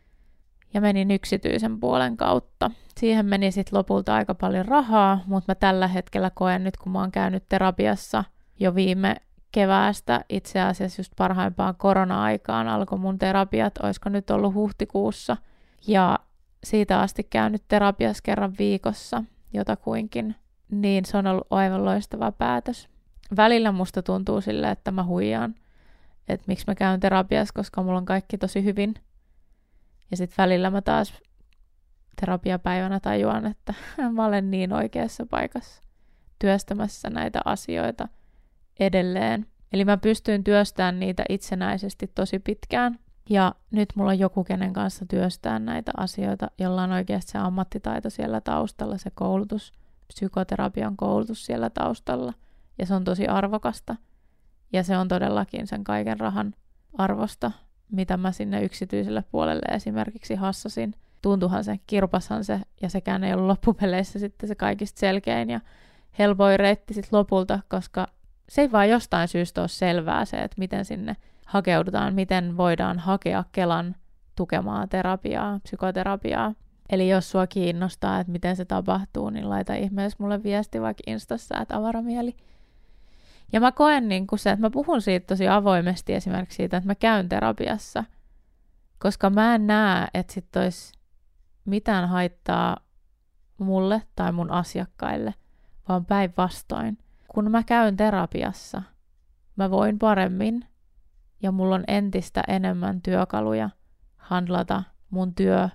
Ja menin yksityisen puolen kautta. Siihen meni sitten lopulta aika paljon rahaa, mutta mä tällä hetkellä koen nyt, kun mä oon käynyt terapiassa jo viime keväästä, itse asiassa just parhaimpaan korona-aikaan alkoi mun terapiat, olisiko nyt ollut huhtikuussa. Ja siitä asti käynyt terapiassa kerran viikossa jotakuinkin, niin se on ollut aivan loistava päätös. Välillä musta tuntuu silleen, että mä huijaan, että miksi mä käyn terapiassa, koska mulla on kaikki tosi hyvin. Ja sitten välillä mä taas terapiapäivänä tajuan, että mä olen niin oikeassa paikassa työstämässä näitä asioita edelleen. Eli mä pystyin työstämään niitä itsenäisesti tosi pitkään. Ja nyt mulla on joku, kenen kanssa työstää näitä asioita, jolla on oikeasti se ammattitaito siellä taustalla, se koulutus, psykoterapian koulutus siellä taustalla. Ja se on tosi arvokasta. Ja se on todellakin sen kaiken rahan arvosta, mitä mä sinne yksityiselle puolelle esimerkiksi hassasin. Tuntuhan se, kirpashan se, ja sekään ei ollut loppupeleissä sitten se kaikista selkein ja helpoin reitti sitten lopulta, koska se ei vaan jostain syystä ole selvää se, että miten sinne hakeudutaan, miten voidaan hakea Kelan tukemaa terapiaa, psykoterapiaa. Eli jos sua kiinnostaa, että miten se tapahtuu, niin laita ihmeessä mulle viesti vaikka Instassa, että avaramieli. Ja mä koen niin kuin se, että mä puhun siitä tosi avoimesti esimerkiksi siitä, että mä käyn terapiassa, koska mä en näe, että sit olisi mitään haittaa mulle tai mun asiakkaille, vaan päinvastoin. Kun mä käyn terapiassa, mä voin paremmin ja mulla on entistä enemmän työkaluja handlata mun työ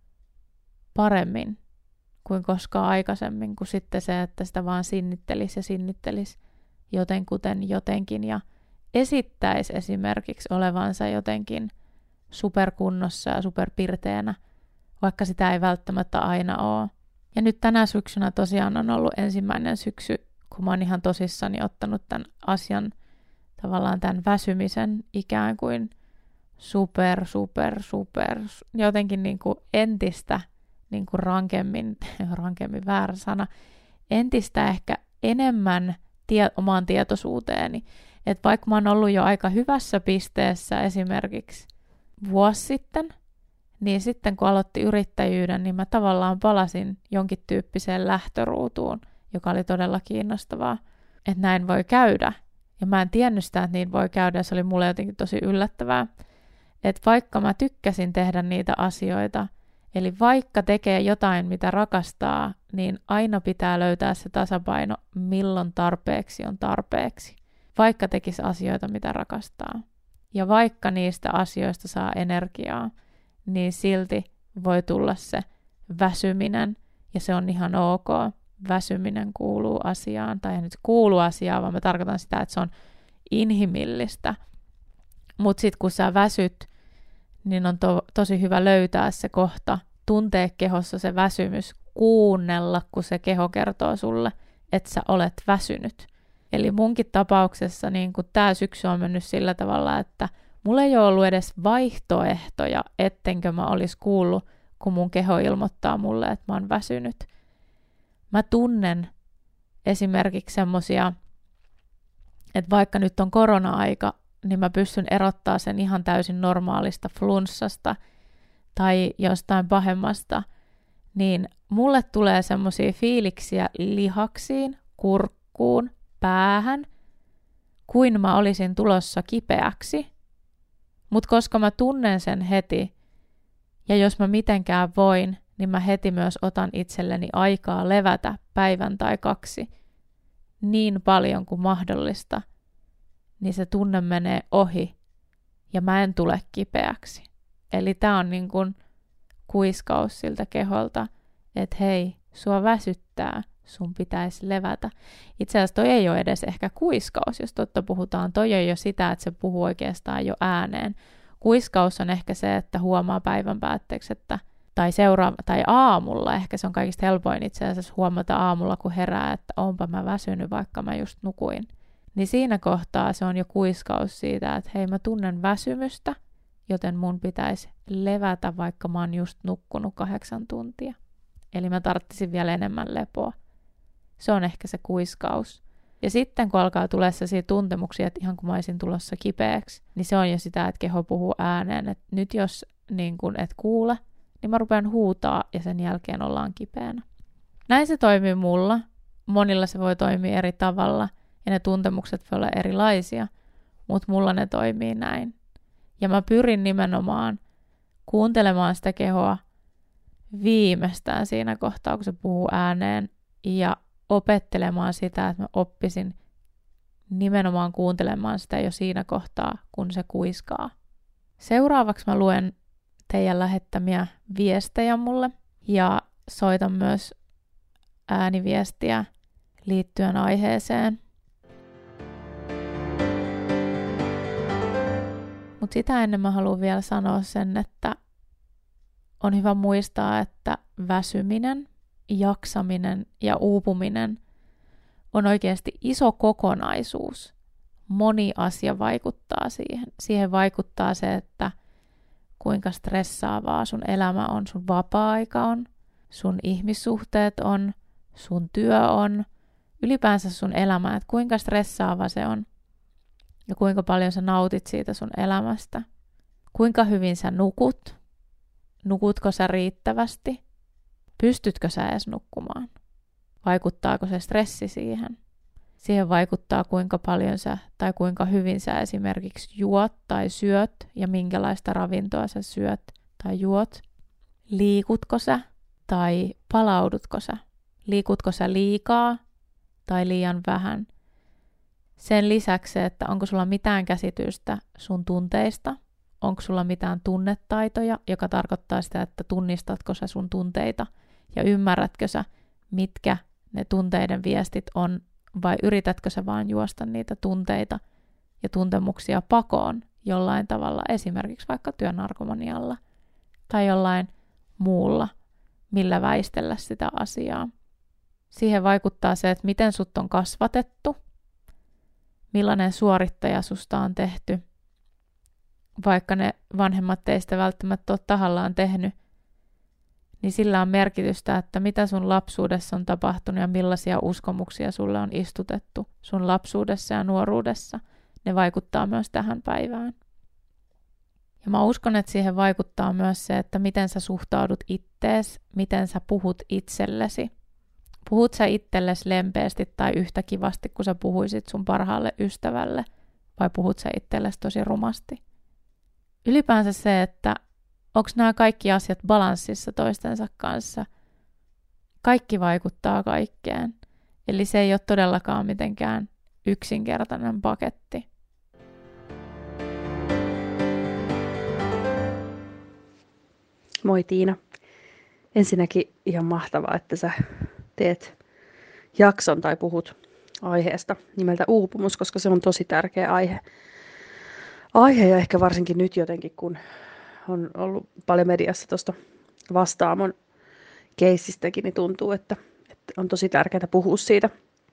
paremmin kuin koskaan aikaisemmin, kuin sitten se, että sitä vaan sinnittelisi ja sinnittelisi jotenkuten jotenkin ja esittäisi esimerkiksi olevansa jotenkin superkunnossa ja superpirteänä, vaikka sitä ei välttämättä aina ole. Ja nyt tänä syksynä tosiaan on ollut ensimmäinen syksy, kun mä oon ihan tosissani ottanut tämän asian, tavallaan tämän väsymisen ikään kuin super, super, super, jotenkin niin kuin entistä niin kuin rankemmin, rankemmin väärä sana, entistä ehkä enemmän tie, omaan tietoisuuteeni. Että vaikka mä oon ollut jo aika hyvässä pisteessä esimerkiksi vuosi sitten, niin sitten kun aloitti yrittäjyyden, niin mä tavallaan palasin jonkin tyyppiseen lähtöruutuun, joka oli todella kiinnostavaa. että näin voi käydä. Ja mä en tiennyt sitä, että niin voi käydä, ja se oli mulle jotenkin tosi yllättävää. Että vaikka mä tykkäsin tehdä niitä asioita, eli vaikka tekee jotain, mitä rakastaa, niin aina pitää löytää se tasapaino, milloin tarpeeksi on tarpeeksi. Vaikka tekisi asioita, mitä rakastaa. Ja vaikka niistä asioista saa energiaa, niin silti voi tulla se väsyminen, ja se on ihan ok. Väsyminen kuuluu asiaan, tai ei nyt kuulu asiaan, vaan mä tarkoitan sitä, että se on inhimillistä. Mutta sitten kun sä väsyt, niin on to- tosi hyvä löytää se kohta, tuntee kehossa se väsymys, kuunnella, kun se keho kertoo sulle, että sä olet väsynyt. Eli munkin tapauksessa niin kun tää syksy on mennyt sillä tavalla, että mulla ei ole ollut edes vaihtoehtoja, ettenkö mä olisi kuullut, kun mun keho ilmoittaa mulle, että mä oon väsynyt. Mä tunnen esimerkiksi semmosia, että vaikka nyt on korona-aika, niin mä pystyn erottaa sen ihan täysin normaalista flunssasta tai jostain pahemmasta, niin mulle tulee semmosia fiiliksiä lihaksiin, kurkkuun, päähän, kuin mä olisin tulossa kipeäksi. Mutta koska mä tunnen sen heti, ja jos mä mitenkään voin, niin mä heti myös otan itselleni aikaa levätä päivän tai kaksi niin paljon kuin mahdollista, niin se tunne menee ohi ja mä en tule kipeäksi. Eli tää on niin kuin kuiskaus siltä keholta, että hei, sua väsyttää, sun pitäisi levätä. Itse asiassa toi ei ole edes ehkä kuiskaus, jos totta puhutaan. Toi on jo sitä, että se puhuu oikeastaan jo ääneen. Kuiskaus on ehkä se, että huomaa päivän päätteeksi, että tai, seuraava, tai aamulla, ehkä se on kaikista helpoin itse asiassa huomata aamulla, kun herää, että onpa mä väsynyt, vaikka mä just nukuin. Niin siinä kohtaa se on jo kuiskaus siitä, että hei, mä tunnen väsymystä, joten mun pitäisi levätä, vaikka mä oon just nukkunut kahdeksan tuntia. Eli mä tarvitsin vielä enemmän lepoa. Se on ehkä se kuiskaus. Ja sitten kun alkaa tulla sellaisia tuntemuksia, että ihan kun mä olisin tulossa kipeäksi, niin se on jo sitä, että keho puhuu ääneen, että nyt jos niin kun et kuule, niin mä rupean huutaa ja sen jälkeen ollaan kipeänä. Näin se toimii mulla. Monilla se voi toimia eri tavalla ja ne tuntemukset voi olla erilaisia, mutta mulla ne toimii näin. Ja mä pyrin nimenomaan kuuntelemaan sitä kehoa viimeistään siinä kohtaa, kun se puhuu ääneen ja opettelemaan sitä, että mä oppisin nimenomaan kuuntelemaan sitä jo siinä kohtaa, kun se kuiskaa. Seuraavaksi mä luen teidän lähettämiä viestejä mulle ja soitan myös ääniviestiä liittyen aiheeseen. Mutta sitä ennen mä haluan vielä sanoa sen, että on hyvä muistaa, että väsyminen, jaksaminen ja uupuminen on oikeasti iso kokonaisuus. Moni asia vaikuttaa siihen. Siihen vaikuttaa se, että kuinka stressaavaa sun elämä on, sun vapaa-aika on, sun ihmissuhteet on, sun työ on, ylipäänsä sun elämä, että kuinka stressaava se on ja kuinka paljon sä nautit siitä sun elämästä. Kuinka hyvin sä nukut, nukutko sä riittävästi, pystytkö sä edes nukkumaan, vaikuttaako se stressi siihen. Siihen vaikuttaa kuinka paljon sä tai kuinka hyvin sä esimerkiksi juot tai syöt ja minkälaista ravintoa sä syöt tai juot. Liikutko sä tai palaudutko sä? Liikutko sä liikaa tai liian vähän? Sen lisäksi, että onko sulla mitään käsitystä sun tunteista, onko sulla mitään tunnetaitoja, joka tarkoittaa sitä, että tunnistatko sä sun tunteita ja ymmärrätkö sä, mitkä ne tunteiden viestit on, vai yritätkö sä vaan juosta niitä tunteita ja tuntemuksia pakoon jollain tavalla, esimerkiksi vaikka työnarkomanialla tai jollain muulla, millä väistellä sitä asiaa. Siihen vaikuttaa se, että miten sut on kasvatettu, millainen suorittaja susta on tehty, vaikka ne vanhemmat teistä välttämättä ole tahallaan tehnyt, niin sillä on merkitystä, että mitä sun lapsuudessa on tapahtunut ja millaisia uskomuksia sulle on istutettu sun lapsuudessa ja nuoruudessa. Ne vaikuttaa myös tähän päivään. Ja mä uskon, että siihen vaikuttaa myös se, että miten sä suhtaudut ittees, miten sä puhut itsellesi. Puhut sä itsellesi lempeästi tai yhtä kivasti, kun sä puhuisit sun parhaalle ystävälle, vai puhut sä itsellesi tosi rumasti? Ylipäänsä se, että onko nämä kaikki asiat balanssissa toistensa kanssa. Kaikki vaikuttaa kaikkeen. Eli se ei ole todellakaan mitenkään yksinkertainen paketti. Moi Tiina. Ensinnäkin ihan mahtavaa, että sä teet jakson tai puhut aiheesta nimeltä uupumus, koska se on tosi tärkeä aihe. Aihe ja ehkä varsinkin nyt jotenkin, kun on ollut paljon mediassa tuosta Vastaamon keissistäkin, niin tuntuu, että, että on tosi tärkeää puhua siitä.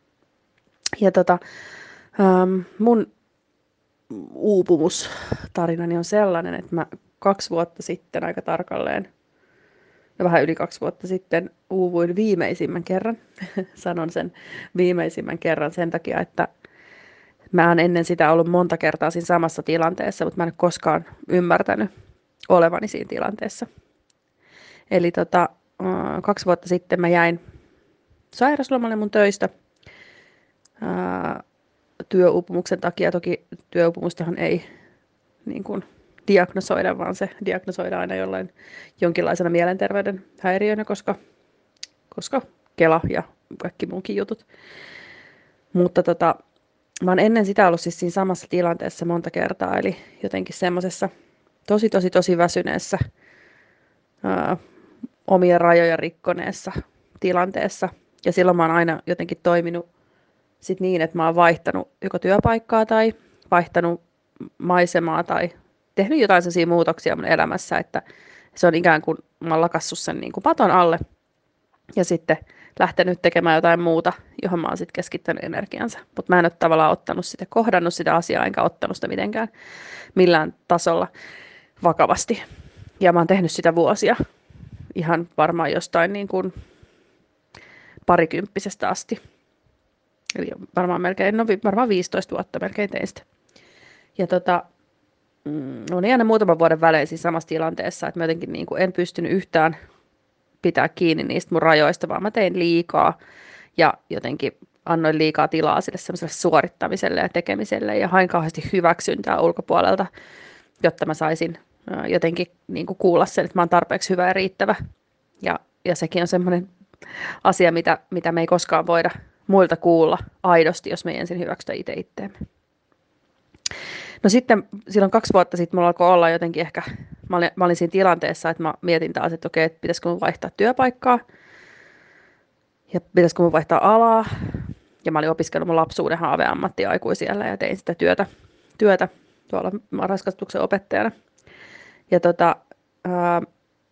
Ja tota, ähm, mun uupumustarinani on sellainen, että mä kaksi vuotta sitten aika tarkalleen, ja vähän yli kaksi vuotta sitten uuvuin viimeisimmän kerran. Sanon sen viimeisimmän kerran sen takia, että mä oon ennen sitä ollut monta kertaa siinä samassa tilanteessa, mutta mä en ole koskaan ymmärtänyt olevani siinä tilanteessa. Eli tota, kaksi vuotta sitten mä jäin sairaslomalle mun töistä ää, työuupumuksen takia. Toki työuupumustahan ei niin kuin diagnosoida, vaan se diagnosoidaan aina jollain jonkinlaisena mielenterveyden häiriönä, koska, koska Kela ja kaikki muunkin jutut. Mutta tota, mä oon ennen sitä ollut siis siinä samassa tilanteessa monta kertaa, eli jotenkin semmoisessa tosi, tosi, tosi väsyneessä, ää, omia rajoja rikkoneessa tilanteessa. Ja silloin mä oon aina jotenkin toiminut sit niin, että mä oon vaihtanut joko työpaikkaa tai vaihtanut maisemaa tai tehnyt jotain sellaisia muutoksia mun elämässä, että se on ikään kuin mä oon lakassut sen niin kuin paton alle ja sitten lähtenyt tekemään jotain muuta, johon mä oon sitten keskittänyt energiansa. Mutta mä en ole tavallaan ottanut sitä, kohdannut sitä asiaa, enkä ottanut sitä mitenkään millään tasolla vakavasti. Ja mä oon tehnyt sitä vuosia, ihan varmaan jostain niin kuin parikymppisestä asti. Eli varmaan melkein, no varmaan viisitoista vuotta melkein tein sitä. Ja tota, mm, olen aina muutaman vuoden välein siinä samassa tilanteessa, että mä jotenkin niin kuin en pystynyt yhtään pitää kiinni niistä mun rajoista, vaan mä tein liikaa ja jotenkin annoin liikaa tilaa sille semmoiselle suorittamiselle ja tekemiselle ja hain kauheasti hyväksyntää ulkopuolelta, jotta mä saisin jotenkin niin kuin kuulla sen, että mä oon tarpeeksi hyvä ja riittävä. Ja, ja sekin on semmoinen asia, mitä, mitä me ei koskaan voida muilta kuulla aidosti, jos me ei ensin hyväksytä itse itteemme. No sitten silloin kaksi vuotta sitten mulla alkoi olla jotenkin ehkä, mä olin, mä olin siinä tilanteessa, että mä mietin taas, että okei, että pitäisikö mun vaihtaa työpaikkaa ja pitäisikö mun vaihtaa alaa. Ja mä olin opiskellut mun lapsuuden haaveammattiaikuisiellä ja tein sitä työtä, työtä tuolla varhaiskasvatuksen opettajana. Ja tota, ää,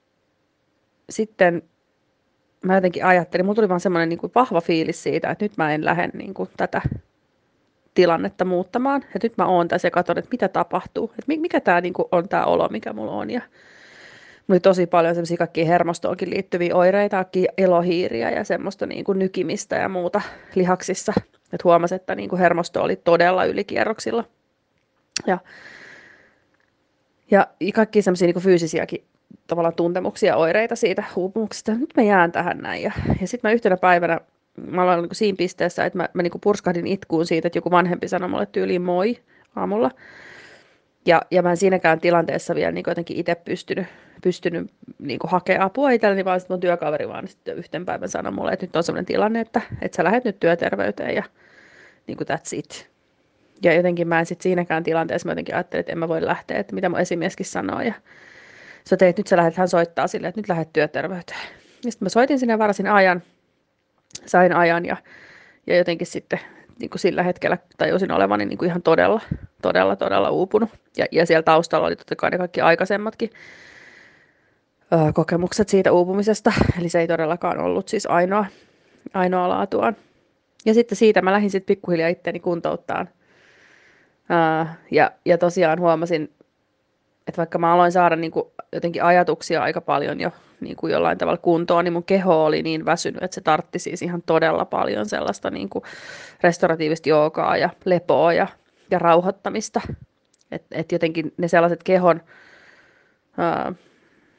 sitten mä jotenkin ajattelin, mulla tuli vaan semmoinen niin kuin vahva fiilis siitä, että nyt mä en lähde niin kuin tätä tilannetta muuttamaan. Ja nyt mä oon tässä ja katson, että mitä tapahtuu. Että mikä tää niin kuin on tää olo, mikä mulla on. Ja mulla oli tosi paljon semmoisia kaikkia hermostoonkin liittyviä oireita, elohiiriä ja semmoista niin kuin nykimistä ja muuta lihaksissa. Että huomasin, että niin kuin hermosto oli todella ylikierroksilla. Ja, ja kaikkia semmoisia niin kuin fyysisiäkin tavallaan tuntemuksia ja oireita siitä uupumuksesta. Nyt mä jään tähän näin. Ja, ja sitten mä yhtenä päivänä, mä olin niin siinä pisteessä, että mä, mä niin purskahdin itkuun siitä, että joku vanhempi sanoi mulle tyyliin moi aamulla. Ja, ja mä en siinäkään tilanteessa vielä niin jotenkin itse pystynyt, pystynyt niin hakemaan apua itselleni, vaan sitten mun työkaveri vaan sitten yhten päivän sanoi mulle, että nyt on sellainen tilanne, että, että sä lähdet nyt työterveyteen ja niin kuin that's it. Ja jotenkin mä en sitten siinäkään tilanteessa, mä jotenkin ajattelin, että en mä voi lähteä, että mitä mun esimieskin sanoo. Ja sä teet, nyt sä lähdet, hän soittaa silleen, että nyt lähdet työterveyteen. Ja sitten mä soitin sinne ja varasin ajan, sain ajan ja, ja jotenkin sitten niin kuin sillä hetkellä tajusin olevani niin kuin ihan todella, todella, todella uupunut. Ja, ja siellä taustalla oli totta kai ne kaikki aikaisemmatkin ö, kokemukset siitä uupumisesta. Eli se ei todellakaan ollut siis ainoa, ainoa laatuaan. Ja sitten siitä mä lähdin sitten pikkuhiljaa itteeni kuntouttaan. Ö, ja, ja tosiaan huomasin, että vaikka mä aloin saada niin kuin jotenkin ajatuksia aika paljon jo niin kuin jollain tavalla kuntoon, niin mun keho oli niin väsynyt, että se tartti siis ihan todella paljon sellaista niin kuin restauratiivista joogaa ja lepoa ja, ja rauhoittamista. Että et jotenkin ne sellaiset kehon ää,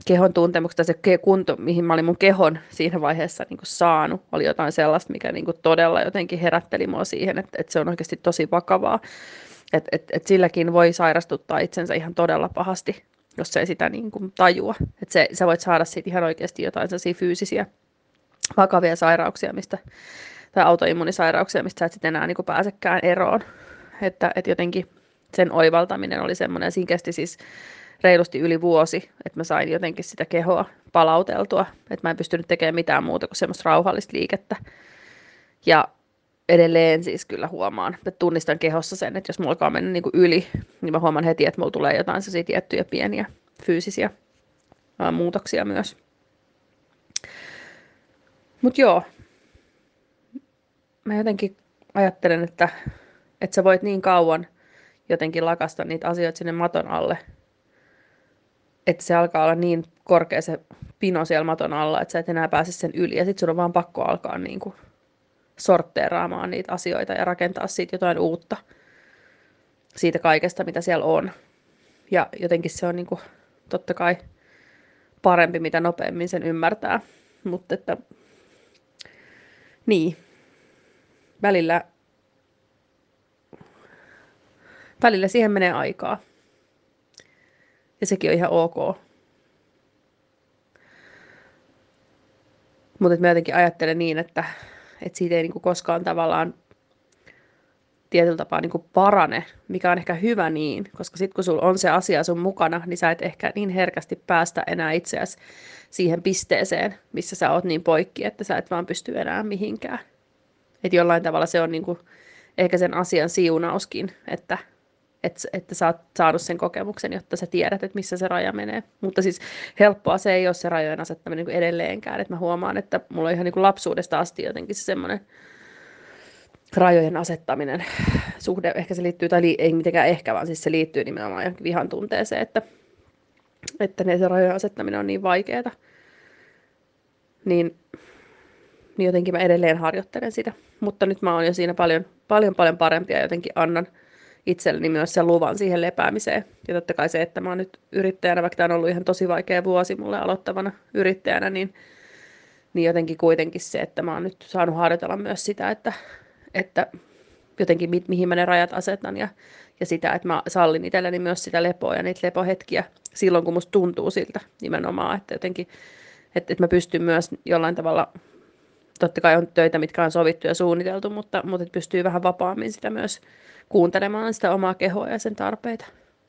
kehon tuntemuksesta, se kunto, mihin mä olin mun kehon siinä vaiheessa niin kuin saanut, oli jotain sellaista, mikä niin kuin todella jotenkin herätteli mua siihen, että, että se on oikeasti tosi vakavaa. Että et, et silläkin voi sairastuttaa itsensä ihan todella pahasti, jos ei sitä niin kuin tajua. Että se, sä voit saada siitä ihan oikeasti jotain sellaisia fyysisiä vakavia sairauksia, mistä, tai autoimmunisairauksia, mistä sä et sitten enää niin kuin pääsekään eroon. Että et jotenkin sen oivaltaminen oli semmoinen, ja siinä kesti siis reilusti yli vuosi, että mä sain jotenkin sitä kehoa palauteltua, että mä en pystynyt tekemään mitään muuta kuin semmoista rauhallista liikettä. Ja edelleen siis kyllä huomaan, että tunnistan kehossa sen, että jos mulla alkaa mennä niin kuin yli, niin mä huomaan heti, että mulla tulee jotain sellaisia tiettyjä pieniä fyysisiä ää, muutoksia myös. Mut joo, mä jotenkin ajattelen, että, että sä voit niin kauan jotenkin lakasta niitä asioita sinne maton alle, että se alkaa olla niin korkea se pino siellä maton alla, että sä et enää pääse sen yli. Ja sit sun on vaan pakko alkaa niin kuin sortteeraamaan niitä asioita ja rakentaa siitä jotain uutta. Siitä kaikesta, mitä siellä on. Ja jotenkin se on niin kuin, totta kai parempi, mitä nopeammin sen ymmärtää. Mutta että, niin, välillä, välillä siihen menee aikaa. Ja sekin on ihan ok. Mutta mä jotenkin ajattelen niin, että, että siitä ei niinku koskaan tavallaan tietyllä tapaa niinku parane, mikä on ehkä hyvä niin, koska sitten kun sulla on se asia sun mukana, niin sä et ehkä niin herkästi päästä enää itseäsi siihen pisteeseen, missä sä oot niin poikki, että sä et vaan pysty enää mihinkään. Että jollain tavalla se on niinku ehkä sen asian siunauskin, että Että, että sä oot saanut sen kokemuksen, jotta sä tiedät, että missä se raja menee. Mutta siis helppoa se ei ole se rajojen asettaminen niin edelleenkään. Että mä huomaan, että mulla on ihan niin kuin lapsuudesta asti jotenkin se semmoinen rajojen asettaminen suhde. Ehkä se liittyy, tai ei mitenkään ehkä, vaan siis se liittyy nimenomaan johonkin vihan tunteeseen, että, että ne se rajojen asettaminen on niin vaikeaa. Niin, niin jotenkin mä edelleen harjoittelen sitä. Mutta nyt mä oon jo siinä paljon, paljon, paljon parempia ja jotenkin annan itselleni myös sen luvan siihen lepäämiseen. Ja totta kai se, että mä oon nyt yrittäjänä, vaikka tämä on ollut ihan tosi vaikea vuosi mulle aloittavana yrittäjänä, niin, niin jotenkin kuitenkin se, että mä oon nyt saanut harjoitella myös sitä, että, että jotenkin mi- mihin mä ne rajat asetan ja, ja sitä, että mä sallin itselleni myös sitä lepoa ja niitä lepohetkiä silloin, kun musta tuntuu siltä nimenomaan, että jotenkin, että, että mä pystyn myös jollain tavalla, totta kai on töitä, mitkä on sovittu ja suunniteltu, mutta, mutta että pystyy vähän vapaammin sitä myös kuuntelemaan sitä omaa kehoa ja sen tarpeita.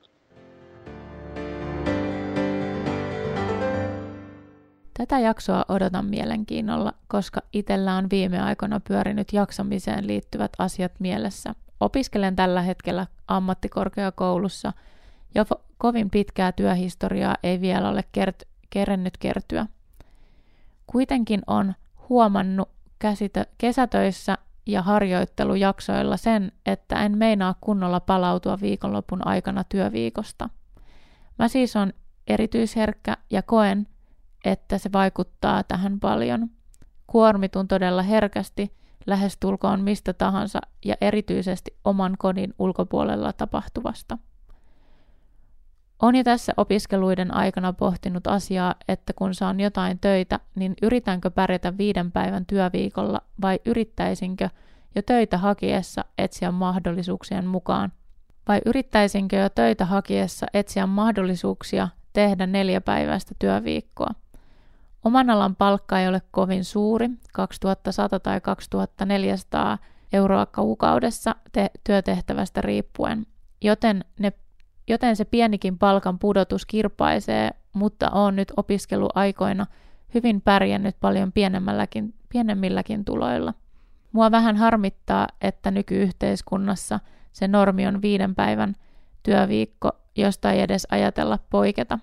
Tätä jaksoa odotan mielenkiinnolla, koska itsellä on viime aikoina pyörinyt jaksamiseen liittyvät asiat mielessä. Opiskelen tällä hetkellä ammattikorkeakoulussa, jo kovin pitkää työhistoriaa ei vielä ole kert- kerennyt kertyä. Kuitenkin on huomannut käsitä- kesätöissä ja harjoittelujaksoilla sen, että en meinaa kunnolla palautua viikonlopun aikana työviikosta. Mä siis on erityisherkkä ja koen, että se vaikuttaa tähän paljon. Kuormitun todella herkästi, lähestulkoon mistä tahansa ja erityisesti oman kodin ulkopuolella tapahtuvasta. Olen jo tässä opiskeluiden aikana pohtinut asiaa, että kun saan jotain töitä, niin yritänkö pärjätä viiden päivän työviikolla vai yrittäisinkö jo töitä hakiessa etsiä mahdollisuuksien mukaan? Vai yrittäisinkö jo töitä hakiessa etsiä mahdollisuuksia tehdä neljäpäiväistä työviikkoa? Oman alan palkka ei ole kovin suuri, kaksituhattasata tai kaksituhattaneljäsataa euroa kuukaudessa te- työtehtävästä riippuen, joten ne Joten se pienikin palkan pudotus kirpaisee, mutta olen nyt opiskeluaikoina hyvin pärjännyt paljon pienemmälläkin, pienemmilläkin tuloilla. Mua vähän harmittaa, että nykyyhteiskunnassa se normi on viiden päivän työviikko, josta ei edes ajatella poiketa.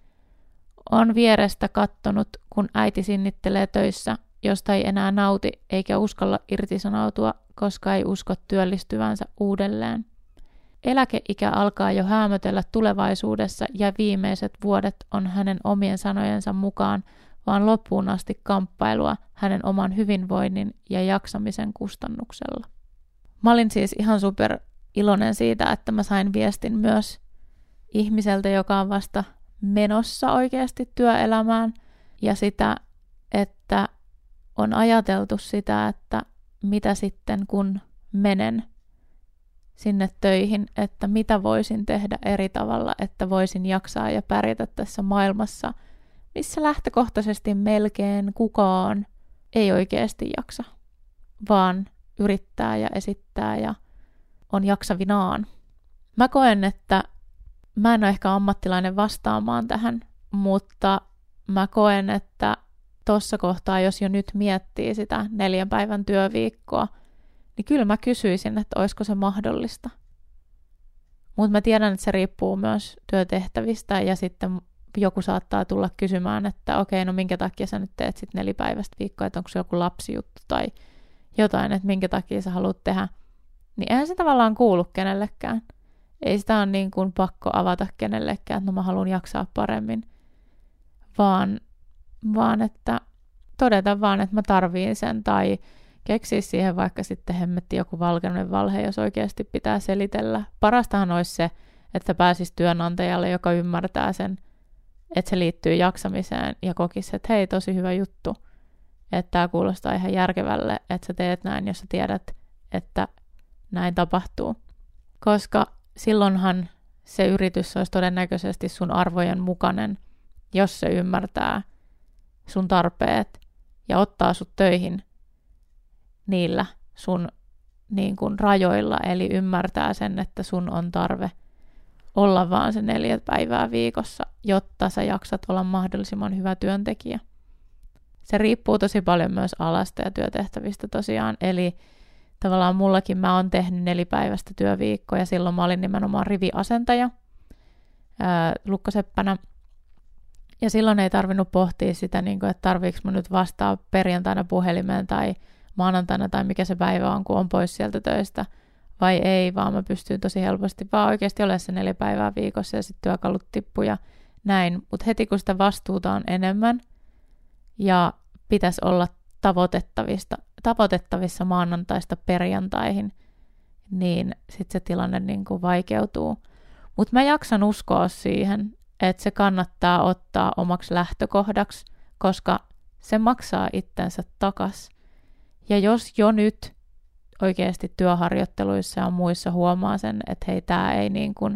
On vierestä kattonut, kun äiti sinnittelee töissä, josta ei enää nauti eikä uskalla irtisanoutua, koska ei usko työllistyvänsä uudelleen. Eläkeikä alkaa jo häämötellä tulevaisuudessa ja viimeiset vuodet on hänen omien sanojensa mukaan vaan loppuun asti kamppailua hänen oman hyvinvoinnin ja jaksamisen kustannuksella. Mä olin siis ihan super iloinen siitä, että mä sain viestin myös ihmiseltä, joka on vasta menossa oikeasti työelämään ja sitä, että on ajateltu sitä, että mitä sitten kun menen sinne töihin, että mitä voisin tehdä eri tavalla, että voisin jaksaa ja pärjätä tässä maailmassa, missä lähtökohtaisesti melkein kukaan ei oikeasti jaksa, vaan yrittää ja esittää ja on jaksavinaan. Mä koen, että mä en ole ehkä ammattilainen vastaamaan tähän, mutta mä koen, että tuossa kohtaa, jos jo nyt miettii sitä neljän päivän työviikkoa, niin kyllä mä kysyisin, että olisiko se mahdollista. Mutta mä tiedän, että se riippuu myös työtehtävistä ja sitten joku saattaa tulla kysymään, että okei, no minkä takia sä nyt teet sitten nelipäiväistä viikkoa, että onko se joku lapsijuttu tai jotain, että minkä takia sä haluat tehdä. Niin eihän se tavallaan kuulu kenellekään. Ei sitä ole niin kuin pakko avata kenellekään, että no mä haluan jaksaa paremmin, vaan, vaan että todeta vaan, että mä tarviin sen tai keksiä siihen vaikka sitten hemmetti joku valkoinen valhe, jos oikeasti pitää selitellä. Parastahan olisi se, että pääsisi työnantajalle, joka ymmärtää sen, että se liittyy jaksamiseen ja kokisi, että hei, tosi hyvä juttu, että tämä kuulostaa ihan järkevälle, että sä teet näin, jos sä tiedät, että näin tapahtuu. Koska silloinhan se yritys olisi todennäköisesti sun arvojen mukainen, jos se ymmärtää sun tarpeet ja ottaa sut töihin niillä sun niin kuin rajoilla, eli ymmärtää sen, että sun on tarve olla vaan se neljä päivää viikossa, jotta sä jaksat olla mahdollisimman hyvä työntekijä. Se riippuu tosi paljon myös alasta ja työtehtävistä tosiaan, eli tavallaan mullakin mä oon tehnyt nelipäiväistä työviikkoa ja silloin mä olin nimenomaan riviasentaja ää, lukkoseppänä. Ja silloin ei tarvinnut pohtia sitä, niin kuin, että tarviiko mä nyt vastaa perjantaina puhelimeen tai maanantaina tai mikä se päivä on, kun on pois sieltä töistä vai ei, vaan mä pystyn tosi helposti vaan oikeasti olemaan se neljä päivää viikossa ja sitten työkalut tippuu ja näin. Mutta heti kun sitä vastuuta on enemmän ja pitäisi olla tavoitettavista, tavoitettavissa maanantaista perjantaihin, niin sitten se tilanne niin kuin vaikeutuu. Mutta mä jaksan uskoa siihen, että se kannattaa ottaa omaksi lähtökohdaksi, koska se maksaa itsensä takas. Ja jos jo nyt oikeasti työharjoitteluissa ja muissa huomaa sen, että hei, tää ei niin kuin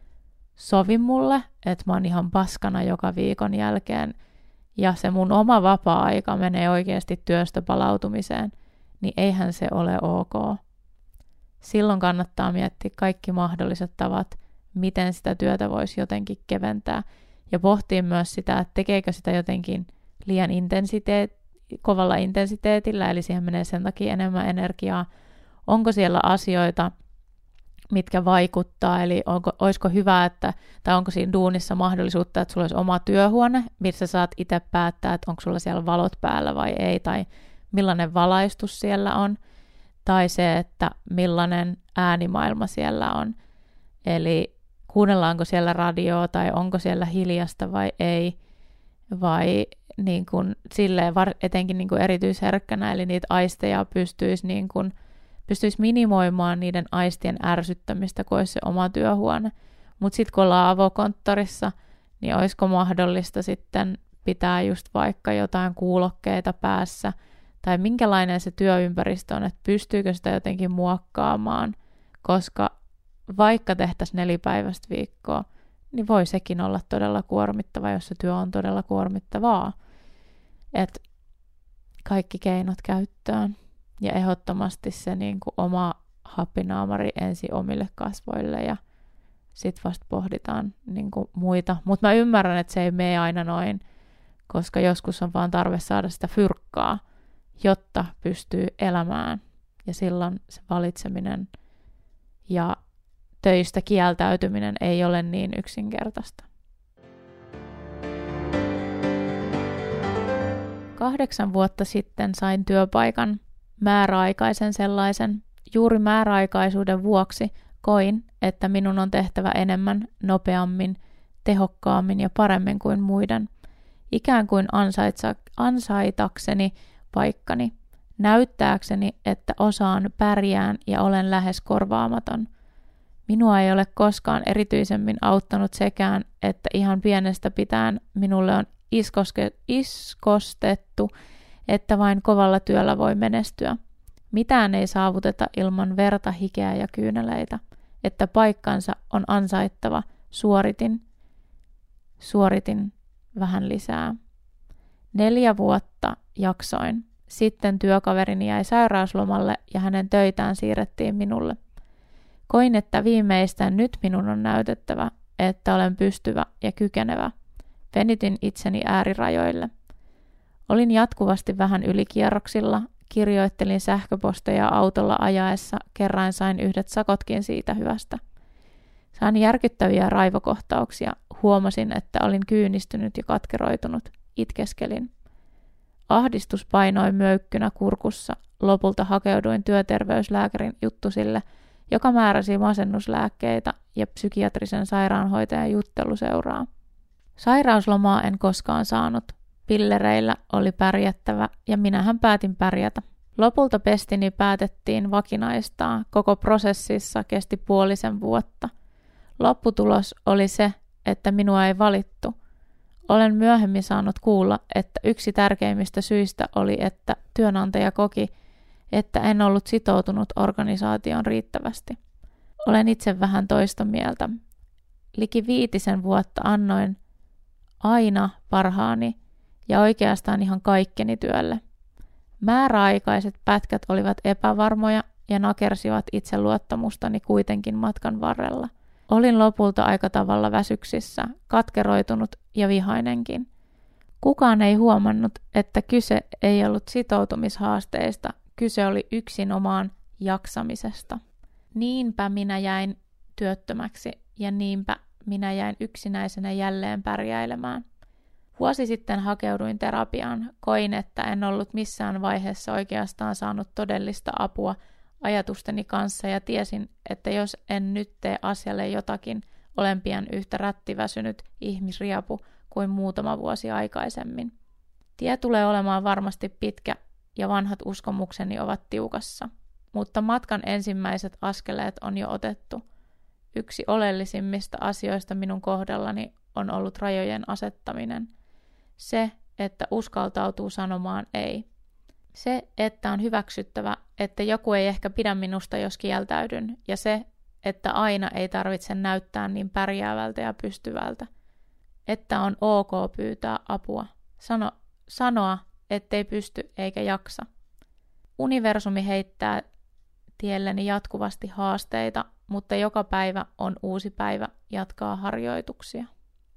sovi mulle, että mä oon ihan paskana joka viikon jälkeen, ja se mun oma vapaa-aika menee oikeasti työstä palautumiseen, niin eihän se ole ok. Silloin kannattaa miettiä kaikki mahdolliset tavat, miten sitä työtä voisi jotenkin keventää. Ja pohtia myös sitä, että tekeekö sitä jotenkin liian intensiteet, kovalla intensiteetillä, eli siihen menee sen takia enemmän energiaa. Onko siellä asioita, mitkä vaikuttaa, eli onko, olisiko hyvä, että, tai onko siinä duunissa mahdollisuutta, että sulla olisi oma työhuone, missä saat itse päättää, että onko sulla siellä valot päällä vai ei, tai millainen valaistus siellä on, tai se, että millainen äänimaailma siellä on. Eli kuunnellaanko siellä radioa, tai onko siellä hiljasta vai ei, vai niin kuin, silleen, etenkin niin kuin erityisherkkänä, eli niitä aisteja pystyisi niin kuin, pystyisi minimoimaan niiden aistien ärsyttämistä, kun olisi se oma työhuone. Mutta sitten kun ollaan avokonttorissa, niin olisiko mahdollista sitten pitää just vaikka jotain kuulokkeita päässä, tai minkälainen se työympäristö on, että pystyykö sitä jotenkin muokkaamaan, koska vaikka tehtäisiin nelipäiväistä viikkoa, niin voi sekin olla todella kuormittava, jos se työ on todella kuormittavaa. Et kaikki keinot käyttöön. Ja ehdottomasti se niin kuin oma happinaamari ensin omille kasvoille ja sitten vasta pohditaan niin kuin muita. Mutta mä ymmärrän, että se ei mene aina noin, koska joskus on vaan tarve saada sitä fyrkkaa, jotta pystyy elämään. Ja silloin se valitseminen ja töistä kieltäytyminen ei ole niin yksinkertaista. Kahdeksan vuotta sitten sain työpaikan, määräaikaisen sellaisen. Juuri määräaikaisuuden vuoksi koin, että minun on tehtävä enemmän, nopeammin, tehokkaammin ja paremmin kuin muiden. Ikään kuin ansaitsa, ansaitakseni paikkani, näyttääkseni, että osaan, pärjään ja olen lähes korvaamaton. Minua ei ole koskaan erityisemmin auttanut sekään, että ihan pienestä pitäen minulle on iskoske, iskostettu, että vain kovalla työllä voi menestyä. Mitään ei saavuteta ilman verta, hikeä ja kyyneleitä, että paikkansa on ansaittava. Suoritin, suoritin vähän lisää. Neljä vuotta jaksoin. Sitten työkaverini jäi sairauslomalle ja hänen töitään siirrettiin minulle. Koin, että viimeistään nyt minun on näytettävä, että olen pystyvä ja kykenevä. Venytin itseni äärirajoille. Olin jatkuvasti vähän ylikierroksilla, kirjoittelin sähköposteja autolla ajaessa, kerran sain yhdet sakotkin siitä hyvästä. Sain järkyttäviä raivokohtauksia, huomasin, että olin kyynistynyt ja katkeroitunut, itkeskelin. Ahdistus painoi möykkynä kurkussa, lopulta hakeuduin työterveyslääkärin juttusille, joka määräsi masennuslääkkeitä ja psykiatrisen sairaanhoitajan jutteluseuraa. Sairauslomaa en koskaan saanut. Pillereillä oli pärjättävä ja minähän päätin pärjätä. Lopulta pestini päätettiin vakinaistaa. Koko prosessissa kesti puolisen vuotta. Lopputulos oli se, että minua ei valittu. Olen myöhemmin saanut kuulla, että yksi tärkeimmistä syistä oli, että työnantaja koki, että en ollut sitoutunut organisaatioon riittävästi. Olen itse vähän toista mieltä. Liki viitisen vuotta annoin aina parhaani ja oikeastaan ihan kaikkeni työlle. Määräaikaiset pätkät olivat epävarmoja ja nakersivat itseluottamustani kuitenkin matkan varrella. Olin lopulta aika tavalla väsyksissä, katkeroitunut ja vihainenkin. Kukaan ei huomannut, että kyse ei ollut sitoutumishaasteista, kyse oli yksinomaan jaksamisesta. Niinpä minä jäin työttömäksi ja niinpä minä jäin yksinäisenä jälleen pärjäilemään. Vuosi sitten hakeuduin terapiaan, koin, että en ollut missään vaiheessa oikeastaan saanut todellista apua ajatusteni kanssa ja tiesin, että jos en nyt tee asialle jotakin, olen pian yhtä rättiväsynyt ihmisriapu kuin muutama vuosi aikaisemmin. Tie tulee olemaan varmasti pitkä ja vanhat uskomukseni ovat tiukassa, mutta matkan ensimmäiset askeleet on jo otettu. Yksi oleellisimmista asioista minun kohdallani on ollut rajojen asettaminen. Se, että uskaltautuu sanomaan ei. Se, että on hyväksyttävä, että joku ei ehkä pidä minusta, jos kieltäydyn. Ja se, että aina ei tarvitse näyttää niin pärjäävältä ja pystyvältä. Että on ok pyytää apua. Sano, sanoa, ettei pysty eikä jaksa. Universumi heittää tielleni jatkuvasti haasteita, mutta joka päivä on uusi päivä jatkaa harjoituksia.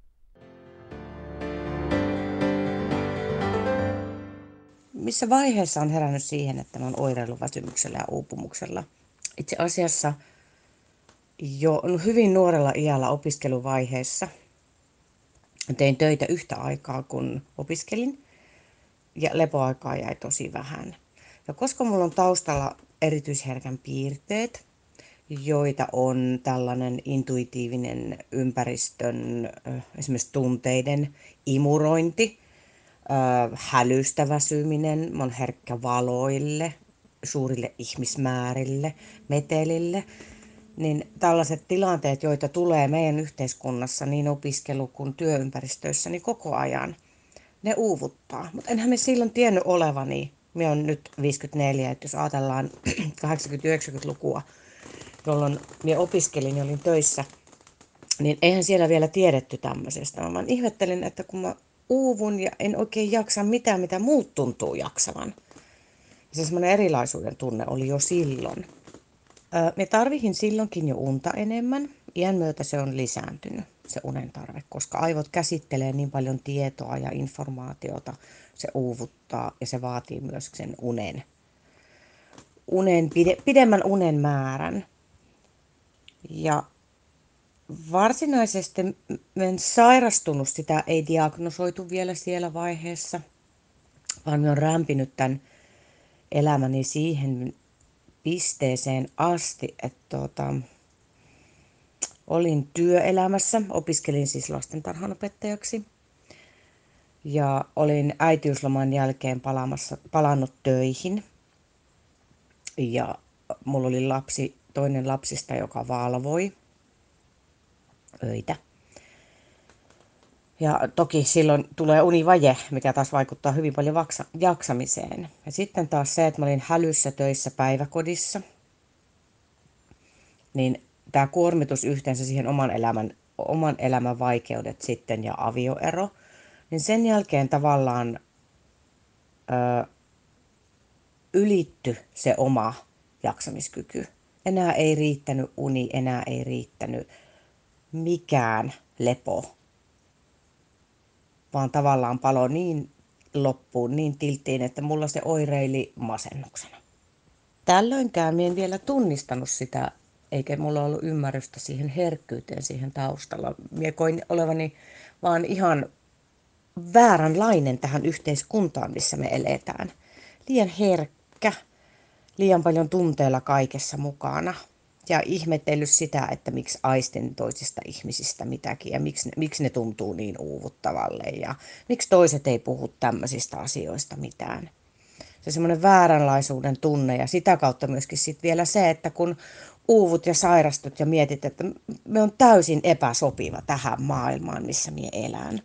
Missä vaiheessa on herännyt siihen, että mä oon oireillut väsymyksellä ja uupumuksella? Itse asiassa jo hyvin nuorella iällä opiskeluvaiheessa tein töitä yhtä aikaa, kun opiskelin, ja lepoaikaa jäi tosi vähän. Ja koska mulla on taustalla erityisherkän piirteet, joita on tällainen intuitiivinen ympäristön, esimerkiksi tunteiden imurointi, hälystä väsyminen, mä oon herkkä valoille, suurille ihmismäärille, metelille, niin tällaiset tilanteet, joita tulee meidän yhteiskunnassa niin opiskelu- kuin työympäristöissä, niin koko ajan ne uuvuttaa. Mutta enhän me silloin tiennyt olevani, minä olen nyt viisikymmentäneljä, että jos ajatellaan kahdeksankymmentä-yhdeksänkymmentälukua, jolloin minä opiskelin ja olin töissä, niin eihän siellä vielä tiedetty tämmöisestä. Mä vaan ihmettelin, että kun mä uuvun ja en oikein jaksa mitään, mitä muut tuntuu jaksavan. Se semmoinen erilaisuuden tunne oli jo silloin. Me tarvihin silloinkin jo unta enemmän. Iän myötä se on lisääntynyt, se unen tarve, koska aivot käsittelee niin paljon tietoa ja informaatiota. Se uuvuttaa ja se vaatii myös sen unen, unen pide, pidemmän unen määrän. Ja varsinaisesti en sairastunut, sitä ei diagnosoitu vielä siellä vaiheessa, vaan minä olen rämpinyt tämän elämäni siihen pisteeseen asti, että tuota, olin työelämässä, opiskelin siis lastentarhanopettajaksi ja olin äitiysloman jälkeen palaamassa, palannut töihin ja mulla oli lapsi, toinen lapsista, joka valvoi. öitä. Ja toki silloin tulee univaje, mikä taas vaikuttaa hyvin paljon vaksa, jaksamiseen. Ja sitten taas se, että mä olin hälyssä töissä päiväkodissa, niin tämä kuormitus yhteensä siihen oman elämän, oman elämän vaikeudet sitten ja avioero, niin sen jälkeen tavallaan ö, ylitty se oma jaksamiskyky. Enää ei riittänyt uni, enää ei riittänyt mikään lepo, vaan tavallaan palo niin loppuun, niin tilttiin, että mulla se oireili masennuksena. Tällöinkään minä en vielä tunnistanut sitä, eikä mulla ollut ymmärrystä siihen herkkyyteen siihen taustalla. Minä koin olevani vaan ihan vääränlainen tähän yhteiskuntaan, missä me eletään. Liian herkkä, liian paljon tunteella kaikessa mukana. Ja ihmetellyt sitä, että miksi aistin toisista ihmisistä mitäkin ja miksi ne, miksi ne tuntuu niin uuvuttavalle ja miksi toiset ei puhu tämmöisistä asioista mitään. Se semmoinen vääränlaisuuden tunne ja sitä kautta myöskin sit vielä se, että kun uuvut ja sairastut ja mietit, että me on täysin epäsopiva tähän maailmaan, missä minä elän.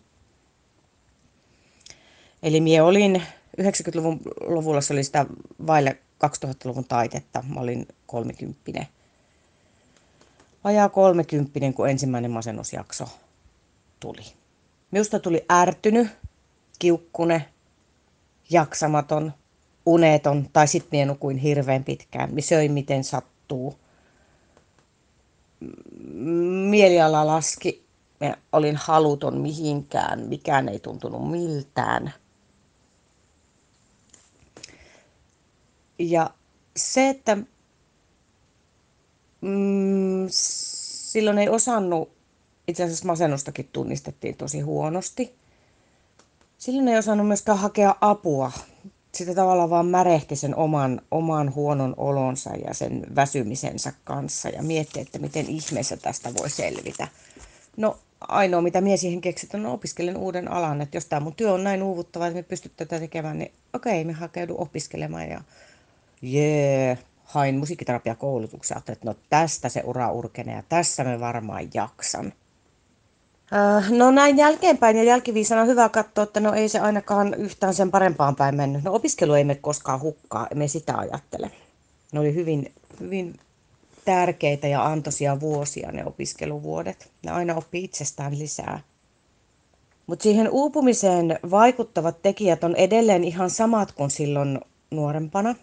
Eli minä olin yhdeksänkymmentäluvulla, se oli sitä vaille kaksituhattaluvun taitetta, mä olin kolmekymppinen. Vajaa kolmekymppinen, kun ensimmäinen masennusjakso tuli. Minusta tuli ärtynyt, kiukkune, jaksamaton, uneton, tai sitten minä nukuin hirveän pitkään. Minä söin miten sattuu. Mieliala laski. Minä olin haluton mihinkään, mikään ei tuntunut miltään. Ja se, että mm, silloin ei osannut, itse asiassa masennustakin tunnistettiin tosi huonosti. Silloin ei osannut myöskään hakea apua. Sitä tavallaan vaan märehti sen oman, oman huonon olonsa ja sen väsymisensä kanssa ja mietti, että miten ihmeessä tästä voi selvitä. No ainoa mitä minä siihen keksit on, opiskelen uuden alan, että jos tämä mun työ on näin uuvuttava, että me pysty tätä tekemään, niin okei, me hakeudun opiskelemaan ja jee, yeah, hain musiikkiterapiakoulutuksen, ajattelin, että no tästä se ura urkenee ja tässä me varmaan jaksan. No näin jälkeenpäin ja jälkiviisana on hyvä katsoa, että no ei se ainakaan yhtään sen parempaan päin mennyt. No opiskelu ei mene koskaan hukkaan, emme sitä ajattele. Ne oli hyvin, hyvin tärkeitä ja antoisia vuosia ne opiskeluvuodet. Ne aina oppii itsestään lisää. Mutta siihen uupumiseen vaikuttavat tekijät on edelleen ihan samat kuin silloin nuorempana.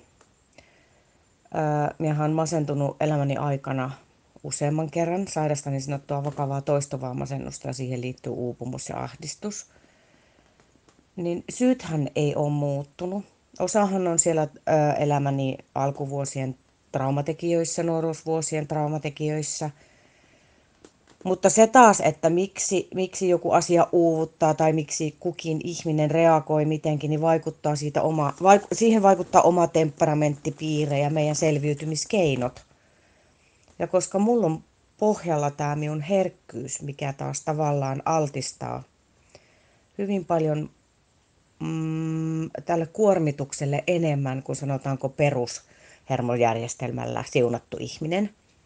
Minä olen masentunut elämäni aikana useamman kerran, sairastan niin sanottua vakavaa toistuvaa masennusta ja siihen liittyy uupumus ja ahdistus. Niin syythän ei ole muuttunut. Osahan on siellä ö, elämäni alkuvuosien traumatekijöissä, nuoruusvuosien traumatekijöissä. Mutta se taas, että miksi, miksi joku asia uuvuttaa tai miksi kukin ihminen reagoi mitenkin, niin vaikuttaa siitä oma, vaik, siihen vaikuttaa oma temperamenttipiirre ja meidän selviytymiskeinot. Ja koska mulla on pohjalla tämä minun herkkyys, mikä taas tavallaan altistaa hyvin paljon mm, tälle kuormitukselle enemmän kuin sanotaanko perushermojärjestelmällä siunattu ihminen.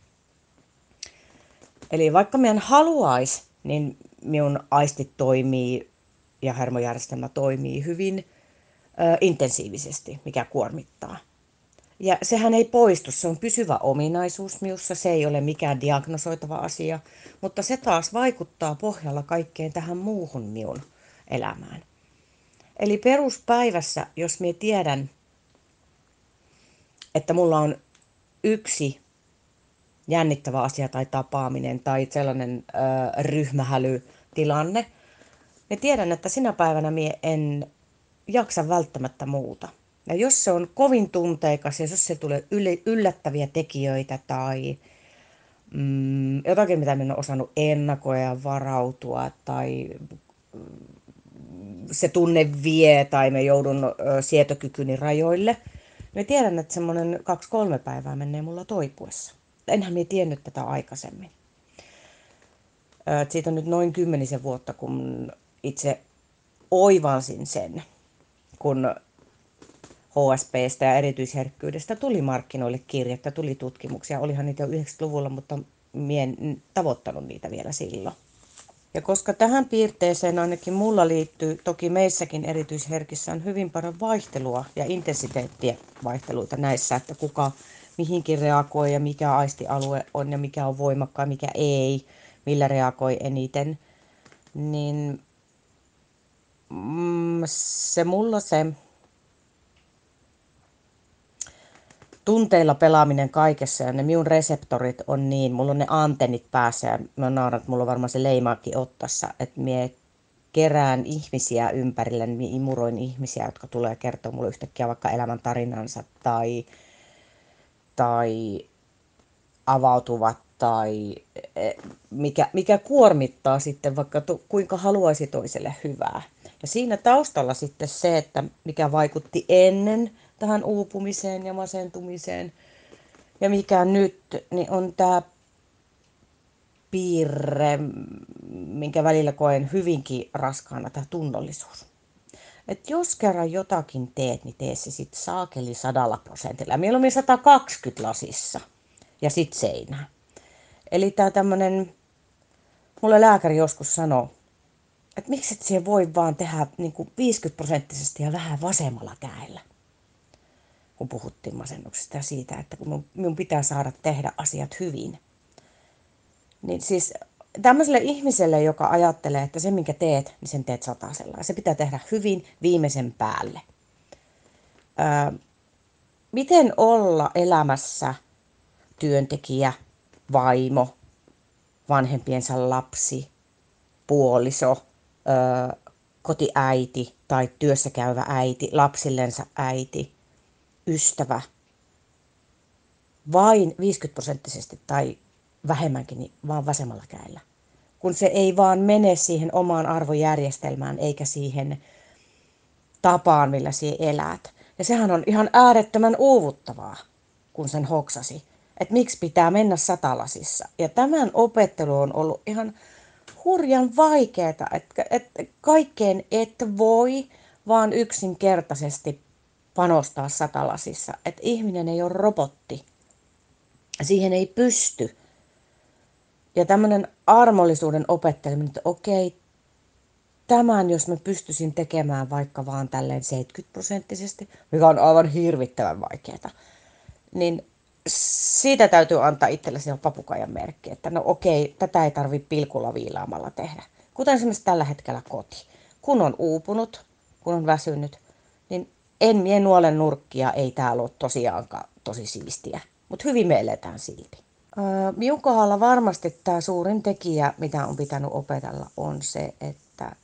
Eli vaikka minä en haluaisi, niin minun aistit toimii ja hermojärjestelmä toimii hyvin ö, intensiivisesti, mikä kuormittaa. Ja sehän ei poistu, se on pysyvä ominaisuus minussa, se ei ole mikään diagnosoitava asia, mutta se taas vaikuttaa pohjalla kaikkeen tähän muuhun minun elämään. Eli peruspäivässä, jos minä tiedän, että mulla on yksi jännittävä asia tai tapaaminen tai sellainen ö, ryhmähälytilanne, niin tiedän, että sinä päivänä minä en jaksa välttämättä muuta. Ja jos se on kovin tunteikas ja jos se tulee yllättäviä tekijöitä tai mm, jotakin, mitä minä olen osannut ennakoida ja varautua tai mm, se tunne vie tai me joudun ö, sietokykyni rajoille, niin tiedän, että semmoinen kaksi kolme päivää menee mulla toipuessa. Enhän minä tiennyt tätä aikaisemmin. Ö, siitä on nyt noin kymmenisen vuotta, kun itse oivalsin sen, kun H S P:stä ja erityisherkkyydestä tuli markkinoille kirjettä, tuli tutkimuksia. Olihan niitä jo yhdeksänkymmentäluvulla, mutta mie en tavoittanut niitä vielä silloin. Ja koska tähän piirteeseen ainakin mulla liittyy, toki meissäkin erityisherkissä on hyvin paljon vaihtelua ja intensiteettien vaihteluita näissä, että kuka mihinkin reagoi ja mikä aistialue on ja mikä on voimakkaan, mikä ei, millä reagoi eniten, niin mm, se mulla se tunteilla pelaaminen kaikessa ja ne minun reseptorit on niin, mulla on ne antennit päässä ja mä naaran, että mulla on varmaan se leimaakin ottassa, että mie kerään ihmisiä ympärille, niin imuroin ihmisiä, jotka tulee kertoa mulle yhtäkkiä vaikka elämän tarinansa tai, tai avautuvat tai mikä, mikä kuormittaa sitten vaikka to, kuinka haluaisi toiselle hyvää. Ja siinä taustalla sitten se, että mikä vaikutti ennen tähän uupumiseen ja masentumiseen ja mikä nyt, niin on tämä piirre, minkä välillä koen hyvinkin raskaana, tämä tunnollisuus. Et jos kerran jotakin teet, niin tee se sitten saakeli sadalla prosentilla. Ja mieluummin sata kaksikymmentä lasissa ja sitten seinään. Eli tämä tämmöinen, mulle lääkäri joskus sanoi, että miksi et siihen voi vaan tehdä niin kuin viisikymmentä prosenttisesti ja vähän vasemmalla kädellä. Kun puhuttiin masennuksesta ja siitä, että kun minun pitää saada tehdä asiat hyvin. Niin siis tämmöiselle ihmiselle, joka ajattelee, että se minkä teet, niin sen teet satasella. Ja se pitää tehdä hyvin viimeisen päälle. Öö, miten olla elämässä työntekijä, vaimo, vanhempiensa lapsi, puoliso, öö, kotiäiti tai työssäkäyvä äiti, lapsillensa äiti, ystävä, vain viisikymmentä prosenttisesti tai vähemmänkin, niin vaan vasemmalla kädellä. Kun se ei vaan mene siihen omaan arvojärjestelmään eikä siihen tapaan, millä sinä elät. Ja sehän on ihan äärettömän uuvuttavaa, kun sen hoksasi. Että miksi pitää mennä satalasissa. Ja tämän opettelu on ollut ihan hurjan vaikeaa, että, että kaikkeen et voi vaan yksinkertaisesti panostaa satalasissa. Että ihminen ei ole robotti. Siihen ei pysty. Ja tämmöinen armollisuuden opetteleminen, että okei, tämän jos mä pystyisin tekemään vaikka vaan tälleen seitsemänkymmentä prosenttisesti, mikä on aivan hirvittävän vaikeaa, niin siitä täytyy antaa itselle siellä papukaijan merkki, että no okei, tätä ei tarvitse pilkulla viilaamalla tehdä. Kuten esimerkiksi tällä hetkellä koti. Kun on uupunut, kun on väsynyt, niin en mie nuolen nurkkia, ei täällä ole tosiaankaan tosi siistiä, mutta hyvin me eletään silti. Minun kohdalla varmasti tämä suurin tekijä, mitä on pitänyt opetella, on se, että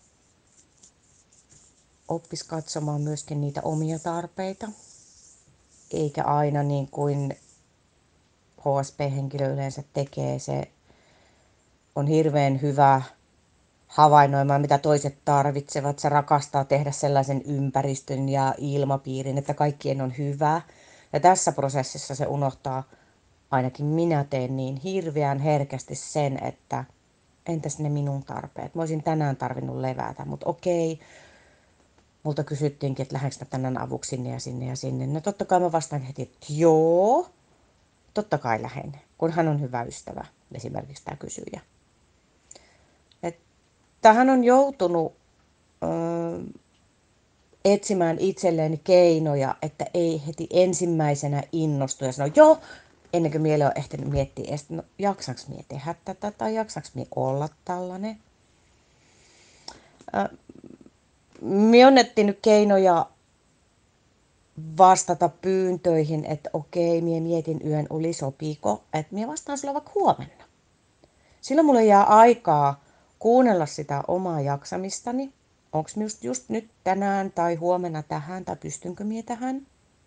oppisi katsomaan myöskin niitä omia tarpeita, eikä aina niin kuin H S P-henkilö yleensä tekee. Se on hirveän hyvä havainnoimaan, mitä toiset tarvitsevat. Se rakastaa tehdä sellaisen ympäristön ja ilmapiirin, että kaikkien on hyvä. Ja tässä prosessissa se unohtaa, ainakin minä teen niin hirveän herkästi sen, että entäs ne minun tarpeet. Mä olisin tänään tarvinnut levätä, mutta okei. Multa kysyttiinkin, että lähdenkö tänään avuksi sinne ja sinne ja sinne. No totta kai mä vastaan heti, että joo, totta kai lähden, kun hän on hyvä ystävä, esimerkiksi tämä kysyjä. Tähän on joutunut ö, etsimään itselleen keinoja, että ei heti ensimmäisenä innostu ja sano, joo, ennen kuin miele on ehtinyt miettiä, että no, jaksaks mie tehdä tätä tai jaksaks mie olla tällainen. Ö, mie on etsinyt keinoja vastata pyyntöihin, että okei, mie mietin yön uli, sopiiko, että mie vastaan sulle vaikka huomenna. Silloin mulle jää aikaa kuunnella sitä omaa jaksamistani. Onko just, just nyt tänään tai huomenna tähän tai pystynkö mie tähän.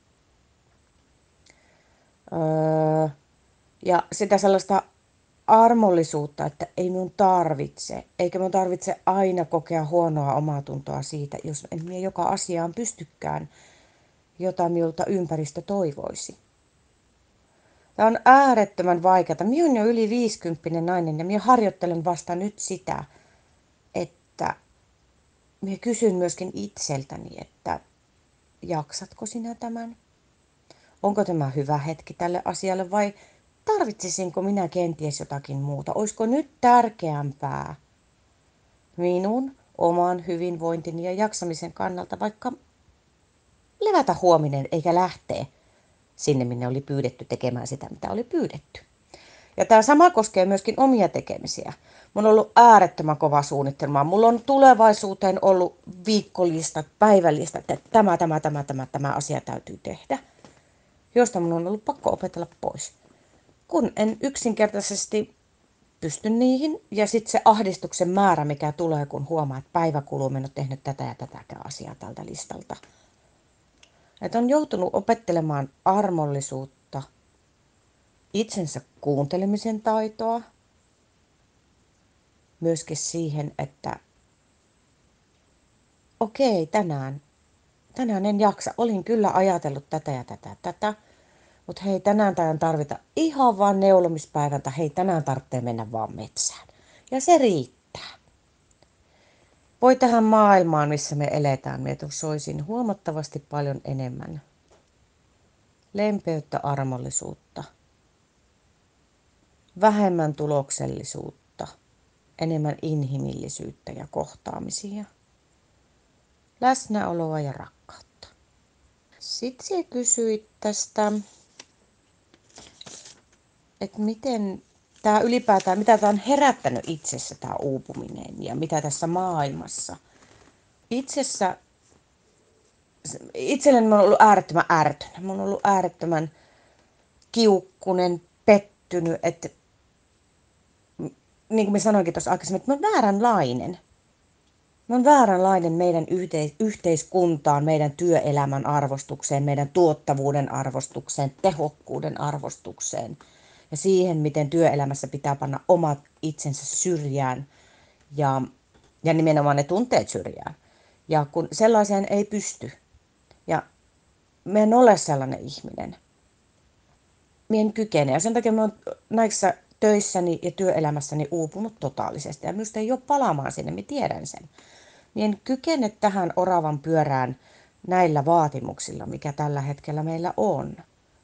Öö, ja sitä sellaista armollisuutta, että ei minun tarvitse, eikä minun tarvitse aina kokea huonoa omaa tuntoa siitä, jos en mie joka asiaan pystykään, jota minulta ympäristö toivoisi. Tämä on äärettömän vaikeaa. Minä olen jo yli viisikymppinen nainen ja minä harjoittelen vasta nyt sitä, että minä kysyn myöskin itseltäni, että jaksatko sinä tämän? Onko tämä hyvä hetki tälle asialle vai tarvitsisinko minä kenties jotakin muuta? Olisiko nyt tärkeämpää minun oman hyvinvointini ja jaksamisen kannalta vaikka levätä huominen eikä lähteä sinne, minne oli pyydetty tekemään sitä, mitä oli pyydetty. Ja tämä sama koskee myöskin omia tekemisiä. Mulla on ollut äärettömän kova suunnitelma. Mulla on tulevaisuuteen ollut viikkolistat, päivälistat, että tämä, tämä, tämä, tämä, tämä asia täytyy tehdä, josta mun on ollut pakko opetella pois. Kun en yksinkertaisesti pysty niihin, ja sitten se ahdistuksen määrä, mikä tulee, kun huomaa, että päivä kuluu, en ole tehnyt tätä ja tätäkään asiaa tältä listalta. Että on joutunut opettelemaan armollisuutta, itsensä kuuntelemisen taitoa, myöskin siihen, että okei, tänään, tänään en jaksa. Olin kyllä ajatellut tätä ja tätä tätä, mutta hei, tänään tämän tarvita ihan vaan neulomispäivän, tai hei, tänään tarvitsee mennä vaan metsään. Ja se riittää. Voi tähän maailmaan, missä me eletään, me soisin huomattavasti paljon enemmän lempeyttä, armollisuutta, vähemmän tuloksellisuutta, enemmän inhimillisyyttä ja kohtaamisia, läsnäoloa ja rakkautta. Sitten sinä kysyit tästä, että miten tämä ylipäätään, mitä tämä on herättänyt itsessä tämä uupuminen ja mitä tässä maailmassa. Itsessä, itselleni mä oon ollut äärettömän ärtynyt. Mä oon ollut äärettömän kiukkunen, pettynyt, että niin kuin mä sanoinkin tuossa aikaisemmin, että mä oon vääränlainen. Mä oon vääränlainen meidän yhteis- yhteiskuntaan, meidän työelämän arvostukseen, meidän tuottavuuden arvostukseen, tehokkuuden arvostukseen ja siihen, miten työelämässä pitää panna omat itsensä syrjään ja, ja nimenomaan ne tunteet syrjään. Ja kun sellaiseen ei pysty, ja mä en ole sellainen ihminen, mä en kykene. Ja sen takia mä oon näissä töissäni ja työelämässäni uupunut totaalisesti. Ja minusta ei ole palaamaan sinne, mä tiedän sen. Mä en kykene tähän oravan pyörään näillä vaatimuksilla, mikä tällä hetkellä meillä on.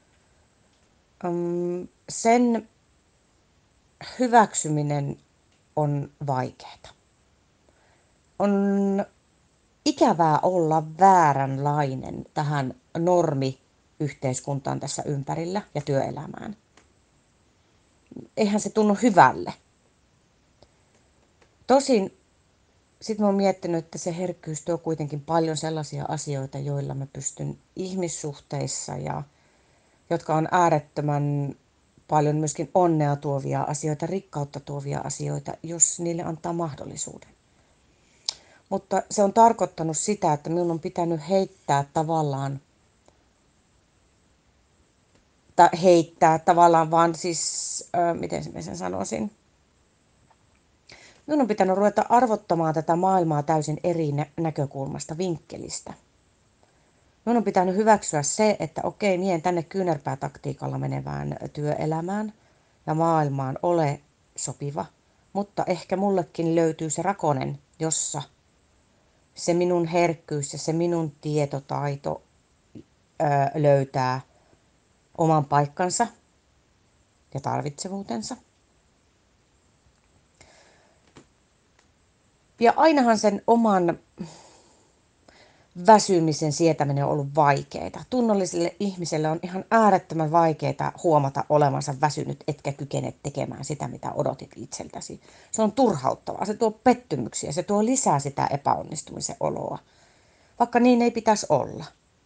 Um, sen hyväksyminen on vaikeaa. On ikävää olla vääränlainen tähän normiyhteiskuntaan tässä ympärillä ja työelämään. Eihän se tunnu hyvälle. Tosin sitten mä oon miettinyt, että se herkkyys tuo kuitenkin paljon sellaisia asioita, joilla mä pystyn ihmissuhteissa ja jotka on äärettömän paljon myöskin onnea tuovia asioita, rikkautta tuovia asioita, jos niille antaa mahdollisuuden. Mutta se on tarkoittanut sitä, että minun on pitänyt heittää tavallaan, tai heittää tavallaan vaan siis, äh, miten mä sen sanoisin, minun on pitänyt ruveta arvottamaan tätä maailmaa täysin eri nä- näkökulmasta, vinkkelistä. Minun on pitänyt hyväksyä se, että okei, minä en tänne kyynärpäätaktiikalla menevään työelämään ja maailmaan ole sopiva, mutta ehkä mullekin löytyy se rakonen, jossa se minun herkkyys ja se minun tietotaito ö, löytää oman paikkansa ja tarvitsevuutensa. Ja ainahan sen oman väsymisen sietäminen on ollut vaikeaa. Tunnolliselle ihmiselle on ihan äärettömän vaikeaa huomata olevansa väsynyt, etkä kykene tekemään sitä, mitä odotit itseltäsi. Se on turhauttavaa, se tuo pettymyksiä, se tuo lisää sitä epäonnistumisen oloa, vaikka niin ei pitäisi olla.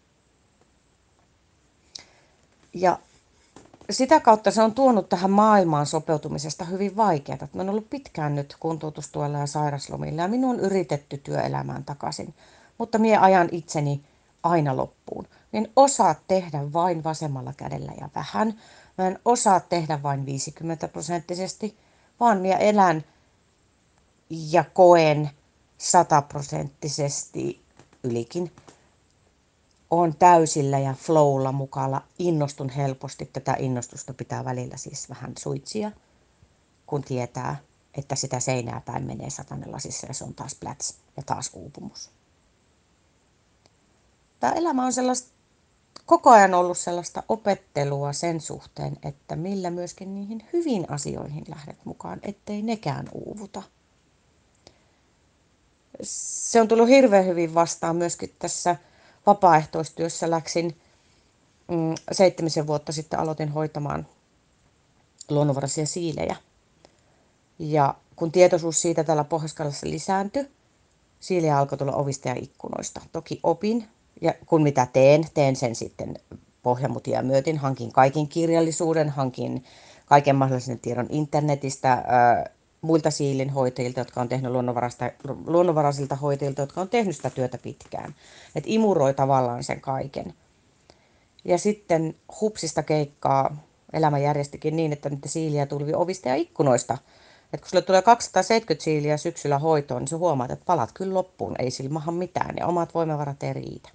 Ja sitä kautta se on tuonut tähän maailmaan sopeutumisesta hyvin vaikeaa. Mä oon ollut pitkään nyt kuntoutustuella ja sairaslomilla ja minun on yritetty työelämään takaisin. Mutta minä ajan itseni aina loppuun. Mä en osaa tehdä vain vasemmalla kädellä ja vähän. Mä en osaa tehdä vain viisikymmentä prosenttisesti, vaan minä elän ja koen sataprosenttisesti ylikin. Olen täysillä ja flowlla mukana, innostun helposti. Tätä innostusta pitää välillä siis vähän suitsia, kun tietää, että sitä seinää päin menee satanen lasissa ja se on taas pläts ja taas uupumus. Tämä elämä on sellaista koko ajan ollut sellaista opettelua sen suhteen, että millä myöskin niihin hyviin asioihin lähdet mukaan, ettei nekään uuvuta. Se on tullut hirveän hyvin vastaan myöskin tässä vapaaehtoistyössä. Läksin mm, seitsemisen vuotta sitten aloitin hoitamaan luonnonvaraisia siilejä. Ja kun tietoisuus siitä täällä Pohjois-Karjalassa lisääntyi, siilejä alkoi tulla ovista ja ikkunoista. Toki opin, ja kun mitä teen, teen sen sitten pohjamutia myötin. Hankin kaiken kirjallisuuden, hankin kaiken mahdollisen tiedon internetistä, äh, muilta siilinhoitajilta, jotka on tehnyt luonnonvaraisilta hoitajilta, jotka on tehnyt sitä työtä pitkään. Et imuroi tavallaan sen kaiken. Ja sitten hupsista keikkaa elämä järjestikin niin, että niitä siiliä tuli ovista ja ikkunoista. Et kun sulle tulee kaksisataaseitsemänkymmentä siiliä syksyllä hoitoon, niin sä huomaat, että palat kyllä loppuun, ei sillä maha mitään ja omat voimavarat ei riitä.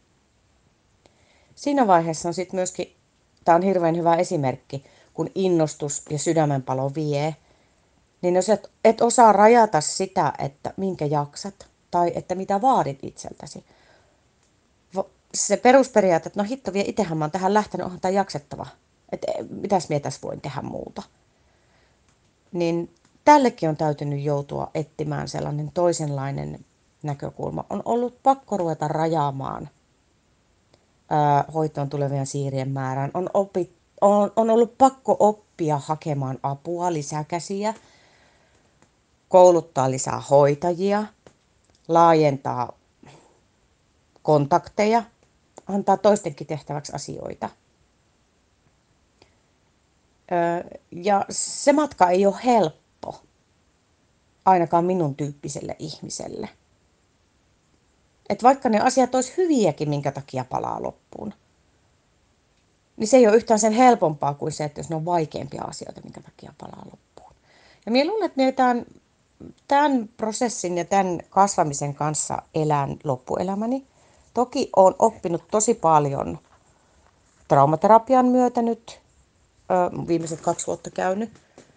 Siinä vaiheessa on sitten myöskin, tämä on hirveän hyvä esimerkki, kun innostus ja sydämenpalo vie, niin jos et, et osaa rajata sitä, että minkä jaksat tai että mitä vaadit itseltäsi. Se perusperiaate, että no hitto vie, itsehän mä oon tähän lähtenyt, onhan tämä jaksettava. Että mitäs minä tässä voin tehdä muuta. Niin tällekin on täytynyt joutua etsimään sellainen toisenlainen näkökulma. On ollut pakko ruveta rajaamaan ää, hoitoon tulevien siirien määrään. On, opi, on, on ollut pakko oppia hakemaan apua, lisäkäsiä, kouluttaa lisää hoitajia, laajentaa kontakteja, antaa toistenkin tehtäväksi asioita. Ja se matka ei ole helppo, ainakaan minun tyyppiselle ihmiselle. Et vaikka ne asiat olisi hyviäkin, minkä takia palaa loppuun, niin se ei ole yhtään sen helpompaa kuin se, että jos ne on vaikeampia asioita, minkä takia palaa loppuun. Ja minä luulen, että minä tämän, tämän prosessin ja tämän kasvamisen kanssa elän loppuelämäni. Toki olen oppinut tosi paljon traumaterapian myötä nyt, viimeiset kaksi vuotta käynyt.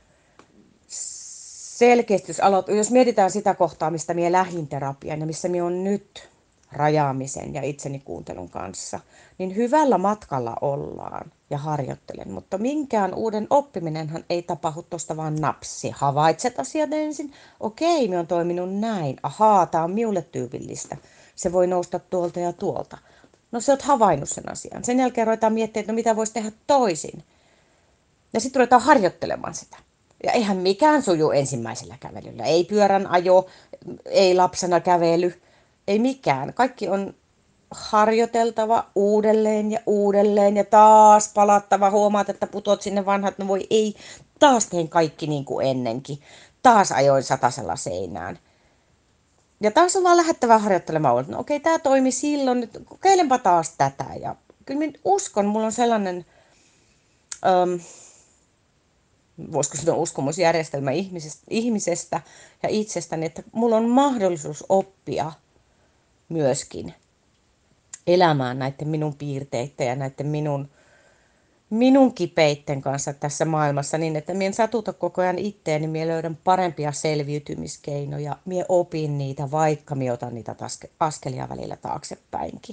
Selkeästi, jos, aloit, jos mietitään sitä kohtaa, mistä minä lähdin terapiaan ja missä minä olen nyt rajaamisen ja itseni kuuntelun kanssa, niin hyvällä matkalla ollaan ja harjoittelen. Mutta minkään uuden oppiminenhan ei tapahdu tuosta vaan napsi. Havaitset asiat ensin. Okei, minä olen toiminut näin. Ahaa, tämä on minulle tyypillistä. Se voi nousta tuolta ja tuolta. No sä oot havainnut sen asian. Sen jälkeen ruvetaan miettimään, että no mitä voisi tehdä toisin. Ja sitten ruvetaan harjoittelemaan sitä. Ja eihän mikään suju ensimmäisellä kävelyllä. Ei pyörän ajo, ei lapsena kävely, ei mikään. Kaikki on harjoiteltava uudelleen ja uudelleen ja taas palattava. Huomaat, että putot sinne vanhat, no voi ei, taas tein kaikki niin kuin ennenkin. Taas ajoin satasella seinään. Ja taas on vaan lähdettävä harjoittelemaan. No okei, tämä toimi silloin, nyt kokeilenpa taas tätä. Ja kyllä minä uskon, mulla on sellainen... Um, voisiko sanoa uskomusjärjestelmä ihmisestä, ihmisestä ja itsestäni, että mulla on mahdollisuus oppia myöskin elämään näiden minun piirteiden ja näiden minun, minun kipeitten kanssa tässä maailmassa niin, että minä en satuta koko ajan itteeni, minä löydän parempia selviytymiskeinoja, minä opin niitä, vaikka minä otan niitä askelia välillä taaksepäinkin.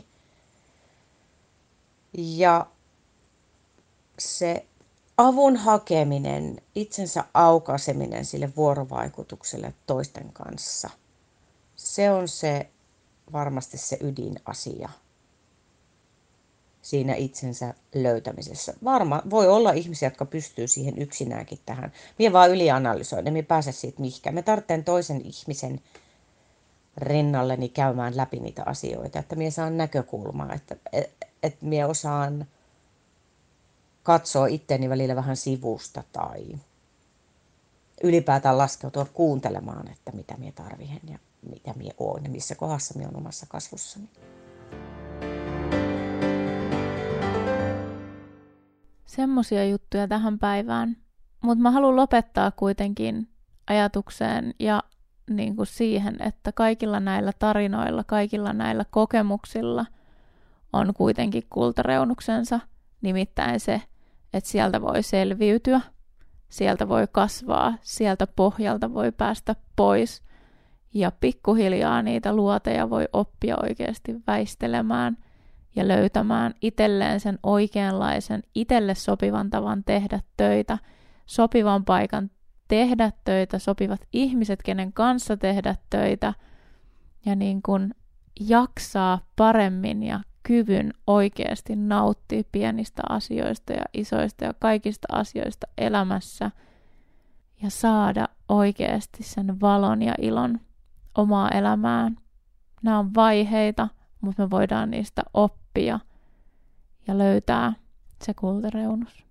Ja se avun hakeminen, itsensä aukaiseminen sille vuorovaikutukselle toisten kanssa, se on se varmasti se ydinasia siinä itsensä löytämisessä. Varma, voi olla ihmisiä, jotka pystyy siihen yksinäänkin tähän. Minä vaan ylianalysoin, emme pääse siitä mihinkään. Me tarvitsen toisen ihmisen rinnalleni käymään läpi niitä asioita, että minä saan näkökulmaa, että, että minä osaan katsoa itteni välillä vähän sivusta tai ylipäätään laskeutua kuuntelemaan, että mitä minä tarvitsen ja mitä minä olen ja missä kohdassa minä olen omassa kasvussani. Semmoisia juttuja tähän päivään. Mutta mä haluan lopettaa kuitenkin ajatukseen ja niin kuin siihen, että kaikilla näillä tarinoilla, kaikilla näillä kokemuksilla on kuitenkin kultareunuksensa, nimittäin se, että sieltä voi selviytyä, sieltä voi kasvaa, sieltä pohjalta voi päästä pois ja pikkuhiljaa niitä luoteja voi oppia oikeasti väistelemään ja löytämään itselleen sen oikeanlaisen, itselle sopivan tavan tehdä töitä, sopivan paikan tehdä töitä, sopivat ihmiset, kenen kanssa tehdä töitä ja niin kuin jaksaa paremmin ja kyvyn oikeasti nauttia pienistä asioista ja isoista ja kaikista asioista elämässä ja saada oikeasti sen valon ja ilon omaa elämään. Nämä on vaiheita, mutta me voidaan niistä oppia ja löytää se kultareunus.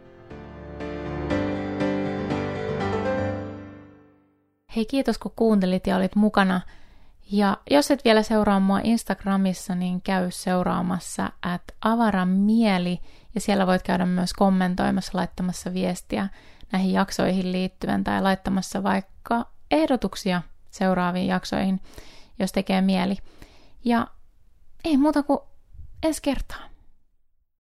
Hei, kiitos kun kuuntelit ja olit mukana. Ja jos et vielä seuraa mua Instagramissa, niin käy seuraamassa at avaramieli. Ja siellä voit käydä myös kommentoimassa, laittamassa viestiä näihin jaksoihin liittyen tai laittamassa vaikka ehdotuksia seuraaviin jaksoihin, jos tekee mieli. Ja ei muuta kuin ensi kertaa.